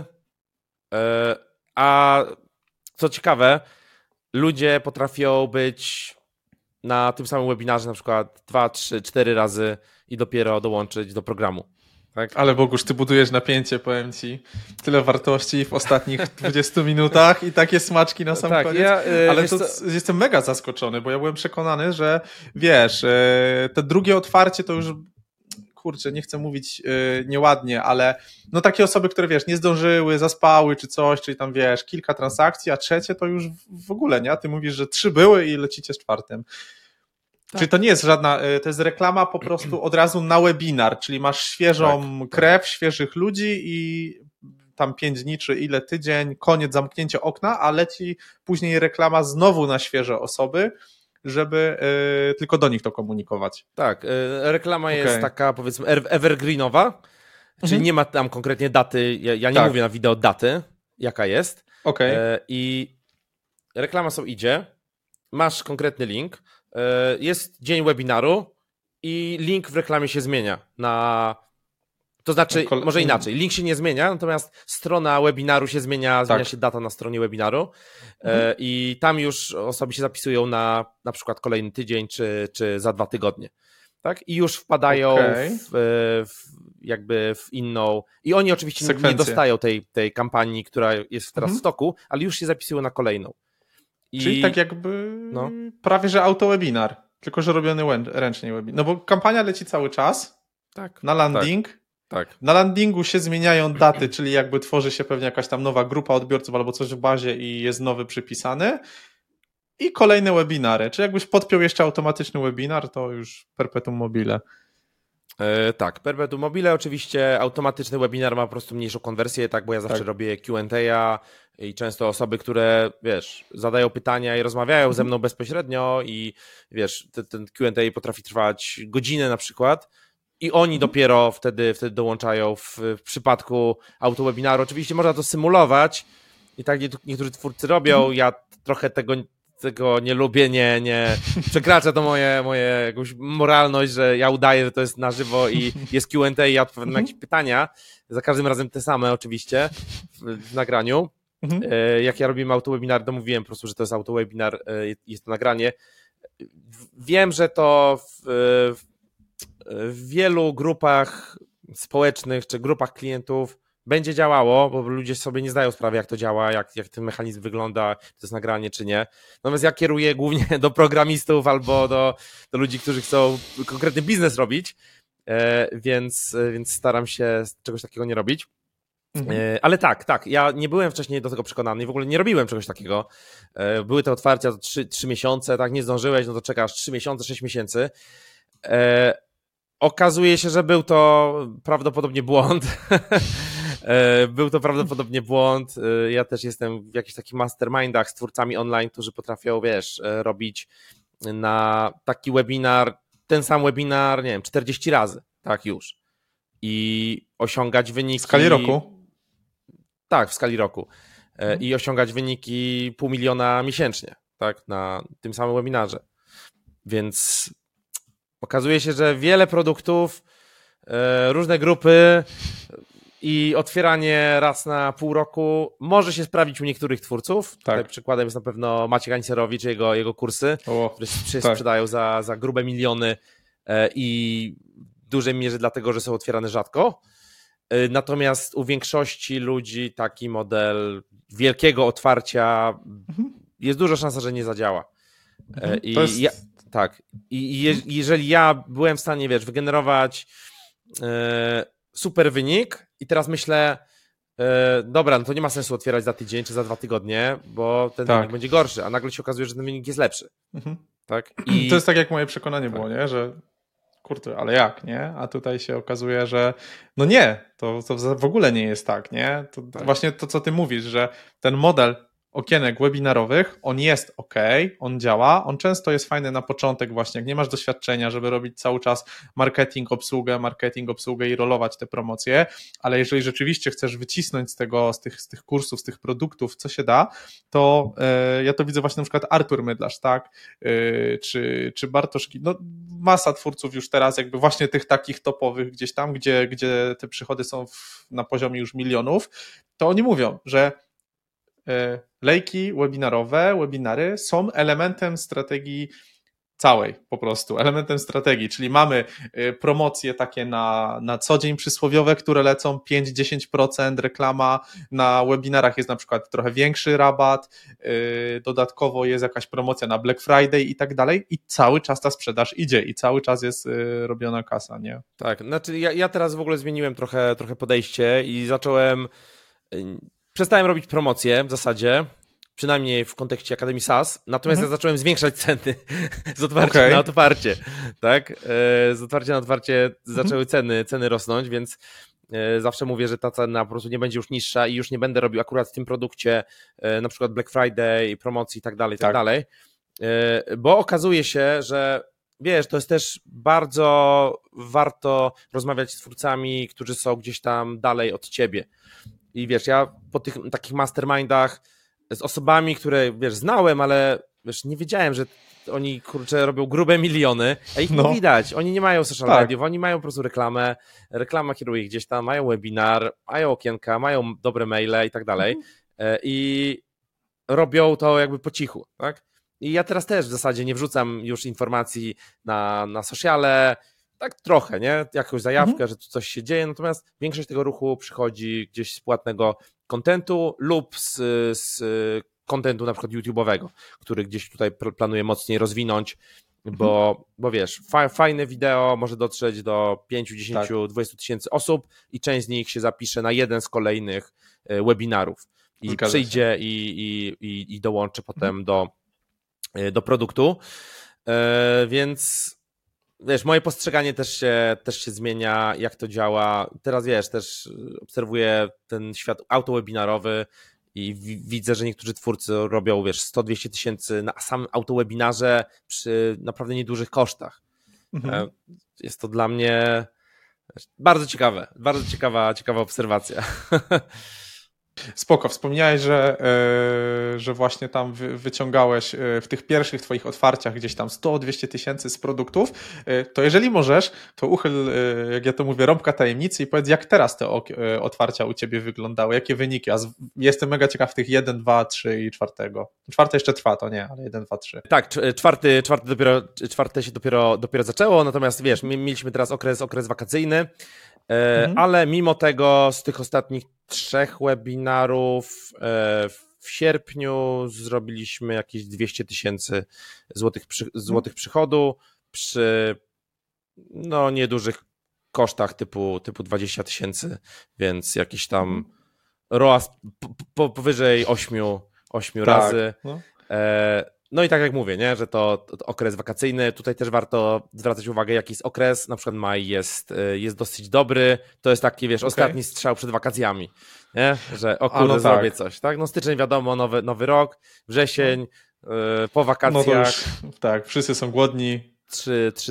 a co ciekawe, ludzie potrafią być na tym samym webinarze na przykład 2, 3, 4 razy i dopiero dołączyć do programu. Tak? Ale Bogusz, ty budujesz napięcie, powiem ci. Tyle wartości w ostatnich 20 minutach i takie smaczki na sam koniec. Ale to jestem mega zaskoczony, bo ja byłem przekonany, że wiesz, te drugie otwarcie to już, kurczę, nie chcę mówić nieładnie, ale no takie osoby, które wiesz, nie zdążyły, zaspały czy coś, czyli tam wiesz, kilka transakcji, a trzecie to już w ogóle, nie? A ty mówisz, że 3 były i lecicie z 4. Tak. Czyli to nie jest żadna, to jest reklama po prostu od razu na webinar, czyli masz świeżą krew, świeżych ludzi i tam 5 dni, czy ile tydzień, koniec, zamknięcie okna, a leci później reklama znowu na świeże osoby, żeby tylko do nich to komunikować. Tak, reklama jest taka powiedzmy evergreenowa, czyli nie ma tam konkretnie daty, ja nie mówię na wideo daty, jaka jest. I reklama sobie idzie, masz konkretny link, jest dzień webinaru i link w reklamie się zmienia to znaczy, może inaczej, link się nie zmienia, natomiast strona webinaru się zmienia się data na stronie webinaru i tam już osoby się zapisują na przykład kolejny tydzień czy za 2 tygodnie. Tak? I już wpadają w inną. I oni oczywiście nie dostają tej kampanii, która jest teraz w toku, ale już się zapisują na kolejną. Czyli tak jakby prawie że autowebinar, tylko że robiony ręcznie webinar. No bo kampania leci cały czas na landing. Tak. Na landingu się zmieniają daty, czyli jakby tworzy się pewnie jakaś tam nowa grupa odbiorców albo coś w bazie i jest nowy przypisany. I kolejne webinary. Czy jakbyś podpiął jeszcze automatyczny webinar, to już perpetuum mobile. Tak, perpetuum mobile. Oczywiście automatyczny webinar ma po prostu mniejszą konwersję, tak, bo ja zawsze robię Q&A i często osoby, które, wiesz, zadają pytania i rozmawiają ze mną bezpośrednio i, wiesz, ten Q&A potrafi trwać godzinę na przykład i oni dopiero wtedy dołączają w przypadku autowebinaru. Oczywiście można to symulować i tak niektórzy twórcy robią, ja trochę tego nie lubię, nie przekracza to moje jakąś moralność, że ja udaję, że to jest na żywo i jest Q&A i ja odpowiadam na jakieś pytania, za każdym razem te same oczywiście w nagraniu. Jak ja robiłem autowebinar, to mówiłem po prostu, że to jest autowebinar, jest to nagranie. Wiem, że to w wielu grupach społecznych czy grupach klientów będzie działało, bo ludzie sobie nie zdają sprawy, jak to działa, jak ten mechanizm wygląda, czy to jest nagranie, czy nie. Natomiast ja kieruję głównie do programistów albo do ludzi, którzy chcą konkretny biznes robić, więc staram się czegoś takiego nie robić. Ale tak, ja nie byłem wcześniej do tego przekonany i w ogóle nie robiłem czegoś takiego. Były te otwarcia to 3 miesiące, tak, nie zdążyłeś, no to czekasz 3 miesiące, 6 miesięcy. Okazuje się, że był to prawdopodobnie błąd. Był to prawdopodobnie błąd. Ja też jestem w jakichś takich mastermindach z twórcami online, którzy potrafią, wiesz, robić na taki webinar, ten sam webinar, nie wiem, 40 razy, tak już. I osiągać wyniki... W skali roku? Tak, w skali roku. I osiągać wyniki 500 000 miesięcznie, tak, na tym samym webinarze. Więc okazuje się, że wiele produktów, różne grupy i otwieranie raz na pół roku może się sprawdzić u niektórych twórców. Tak. Tutaj przykładem jest na pewno Maciek Ańcerowicz, jego kursy, które sprzedają za grube miliony i w dużej mierze dlatego, że są otwierane rzadko. Natomiast u większości ludzi taki model wielkiego otwarcia jest duża szansa, że nie zadziała. Jeżeli ja byłem w stanie, wiesz, wygenerować super wynik i teraz myślę, dobra, no to nie ma sensu otwierać za tydzień czy za 2 tygodnie, bo ten wynik będzie gorszy, a nagle się okazuje, że ten wynik jest lepszy. Tak? I to jest tak jak moje przekonanie było, nie? Że kurczę, ale jak, nie? A tutaj się okazuje, że no nie, to w ogóle nie jest tak, nie? To właśnie to, co ty mówisz, że ten model okienek webinarowych, on jest ok, on działa, on często jest fajny na początek właśnie, jak nie masz doświadczenia, żeby robić cały czas marketing, obsługę i rolować te promocje, ale jeżeli rzeczywiście chcesz wycisnąć z tych kursów, z tych produktów, co się da, to ja to widzę właśnie na przykład Artur Mydlarz, tak, czy Bartosz, no masa twórców już teraz jakby właśnie tych takich topowych gdzieś tam, gdzie te przychody są na poziomie już milionów, to oni mówią, że lejki webinarowe, webinary są elementem strategii całej po prostu, elementem strategii, czyli mamy promocje takie na co dzień przysłowiowe, które lecą 5-10%, reklama, na webinarach jest na przykład trochę większy rabat, dodatkowo jest jakaś promocja na Black Friday i tak dalej i cały czas ta sprzedaż idzie i cały czas jest robiona kasa, nie? Tak, znaczy ja teraz w ogóle zmieniłem trochę podejście i przestałem robić promocje w zasadzie, przynajmniej w kontekście Akademii SaaS, natomiast ja zacząłem zwiększać ceny z otwarcia na otwarcie, tak? Z otwarcia na otwarcie zaczęły ceny rosnąć, więc zawsze mówię, że ta cena po prostu nie będzie już niższa i już nie będę robił akurat w tym produkcie na przykład Black Friday, promocji i tak dalej, bo okazuje się, że wiesz, to jest też bardzo warto rozmawiać z twórcami, którzy są gdzieś tam dalej od ciebie. I wiesz, ja po tych takich mastermindach z osobami, które, wiesz, znałem, ale wiesz, nie wiedziałem, że oni, kurczę, robią grube miliony, a ich nie widać. Oni nie mają social mediów, oni mają po prostu reklamę, reklama kieruje ich gdzieś tam, mają webinar, mają okienka, mają dobre maile i tak dalej i robią to jakby po cichu, tak? I ja teraz też w zasadzie nie wrzucam już informacji na sociale, tak trochę, nie? Jakąś zajawkę, że tu coś się dzieje, natomiast większość tego ruchu przychodzi gdzieś z płatnego kontentu lub z kontentu na przykład YouTube'owego, który gdzieś tutaj planuję mocniej rozwinąć, bo wiesz, fajne wideo może dotrzeć do 5, 10, 20 tysięcy osób i część z nich się zapisze na jeden z kolejnych webinarów i przyjdzie i dołączy potem do produktu, więc wiesz, moje postrzeganie też się zmienia, jak to działa. Teraz wiesz, też obserwuję ten świat autowebinarowy i widzę, że niektórzy twórcy robią, wiesz, 100-200 tysięcy na samym autowebinarze przy naprawdę niedużych kosztach. Jest to dla mnie bardzo ciekawe, bardzo ciekawa obserwacja. Spoko, wspomniałeś, że właśnie tam wyciągałeś w tych pierwszych twoich otwarciach gdzieś tam 100-200 tysięcy z produktów, to jeżeli możesz, to uchyl, jak ja to mówię, rąbka tajemnicy i powiedz, jak teraz te otwarcia u ciebie wyglądały, jakie wyniki, jestem mega ciekaw tych 1, 2, 3 i 4. Czwarte jeszcze trwa, to nie, ale 1, 2, 3. Tak, czwarte się dopiero zaczęło, natomiast wiesz, mieliśmy teraz okres wakacyjny, ale mimo tego z tych ostatnich 3 webinarów w sierpniu zrobiliśmy jakieś 200 tysięcy złotych przychodu przy niedużych kosztach typu 20 tysięcy, więc jakiś tam ROAS powyżej 8 razy. No i tak jak mówię, nie, że to okres wakacyjny, tutaj też warto zwracać uwagę, jaki jest okres, na przykład maj jest dosyć dobry, to jest taki, wiesz, ostatni strzał przed wakacjami, nie, że o kurde, zrobię coś, tak, no styczeń wiadomo, nowy rok, wrzesień, po wakacjach. No to już, tak, wszyscy są głodni. Trzy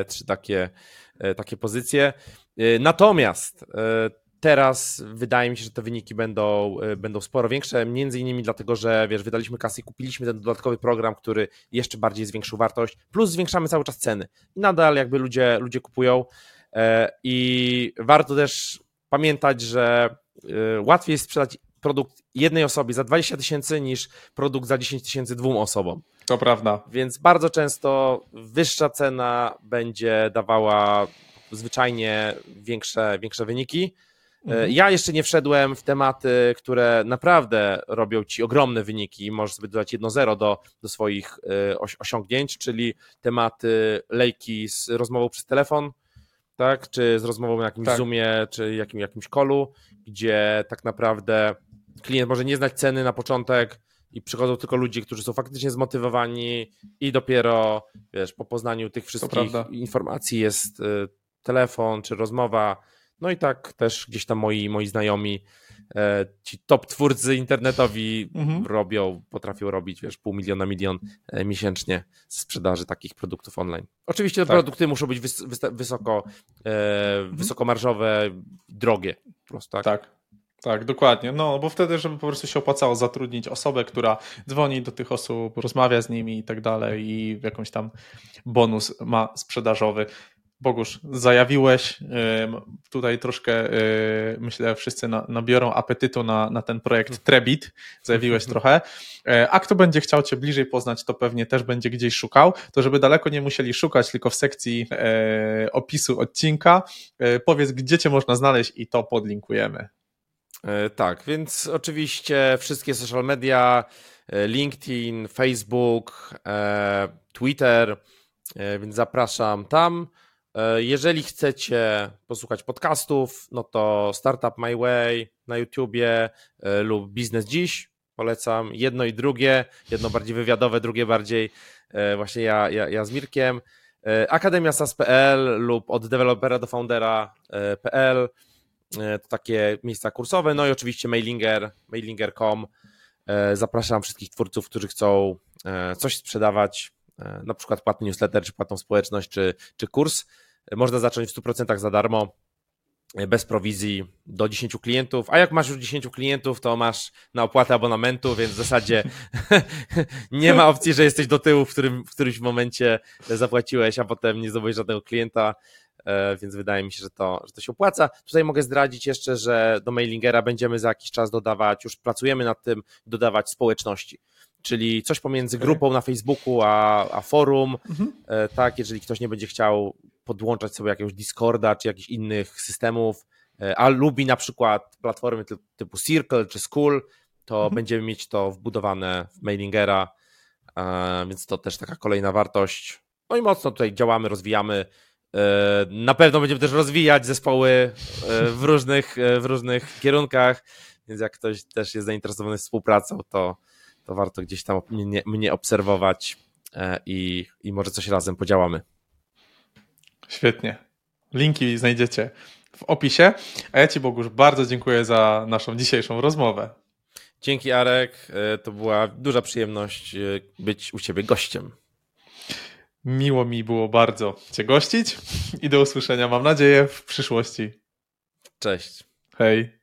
takie pozycje, natomiast teraz wydaje mi się, że te wyniki będą sporo większe, między innymi dlatego, że wiesz, wydaliśmy kasę i kupiliśmy ten dodatkowy program, który jeszcze bardziej zwiększył wartość, plus zwiększamy cały czas ceny i nadal jakby ludzie kupują i warto też pamiętać, że łatwiej jest sprzedać produkt jednej osobie za 20 000 niż produkt za 10 000 dwóm osobom. To prawda. Więc bardzo często wyższa cena będzie dawała zwyczajnie większe wyniki. Ja jeszcze nie wszedłem w tematy, które naprawdę robią ci ogromne wyniki. Możesz sobie dodać 1-0 do swoich osiągnięć, czyli tematy lejki z rozmową przez telefon, tak? Czy z rozmową na jakimś Zoomie, czy jakimś callu, gdzie tak naprawdę klient może nie znać ceny na początek i przychodzą tylko ludzie, którzy są faktycznie zmotywowani i dopiero, wiesz, po poznaniu tych wszystkich informacji jest telefon czy rozmowa. No i tak też gdzieś tam moi znajomi, ci top twórcy internetowi potrafią robić, wiesz, 500 000, 1 000 000 miesięcznie z sprzedaży takich produktów online. Oczywiście te produkty muszą być wysokomarżowe, drogie po prostu, tak? Tak, dokładnie. No, bo wtedy, żeby po prostu się opłacało zatrudnić osobę, która dzwoni do tych osób, rozmawia z nimi i tak dalej i jakąś tam bonus ma sprzedażowy. Bogusz, zajawiłeś, tutaj troszkę myślę wszyscy nabiorą apetytu na ten projekt Trebit, zajawiłeś trochę, a kto będzie chciał Cię bliżej poznać, to pewnie też będzie gdzieś szukał, to żeby daleko nie musieli szukać, tylko w sekcji opisu odcinka, powiedz, gdzie Cię można znaleźć i to podlinkujemy. Tak, więc oczywiście wszystkie social media, LinkedIn, Facebook, Twitter, więc zapraszam tam. Jeżeli chcecie posłuchać podcastów, no to Startup My Way na YouTubie lub Biznes Dziś, polecam jedno i drugie, jedno bardziej wywiadowe, drugie bardziej właśnie ja z Mirkiem, Akademia SAS.pl lub od dewelopera do foundera.pl, to takie miejsca kursowe, no i oczywiście mailinger.com. Zapraszam wszystkich twórców, którzy chcą coś sprzedawać, na przykład płatny newsletter, czy płatną społeczność, czy kurs. Można zacząć w 100% za darmo, bez prowizji, do 10 klientów, a jak masz już 10 klientów, to masz na opłatę abonamentu, więc w zasadzie nie ma opcji, że jesteś do tyłu, w którymś momencie zapłaciłeś, a potem nie zdobyłeś żadnego klienta, więc wydaje mi się, że to się opłaca. Tutaj mogę zdradzić jeszcze, że do mailingera będziemy za jakiś czas dodawać, już pracujemy nad tym, dodawać społeczności. Czyli coś pomiędzy grupą na Facebooku a forum, tak, jeżeli ktoś nie będzie chciał podłączać sobie jakiegoś Discorda czy jakichś innych systemów, a lubi na przykład platformy typu Circle czy School, to będziemy mieć to wbudowane w mailingera, więc to też taka kolejna wartość. No i mocno tutaj działamy, rozwijamy. Na pewno będziemy też rozwijać zespoły w różnych kierunkach, więc jak ktoś też jest zainteresowany współpracą, to warto gdzieś tam mnie obserwować i może coś razem podziałamy. Świetnie. Linki znajdziecie w opisie. A ja Ci, Bogusz, bardzo dziękuję za naszą dzisiejszą rozmowę. Dzięki, Arek. To była duża przyjemność być u Ciebie gościem. Miło mi było bardzo Cię gościć i do usłyszenia, mam nadzieję, w przyszłości. Cześć. Hej.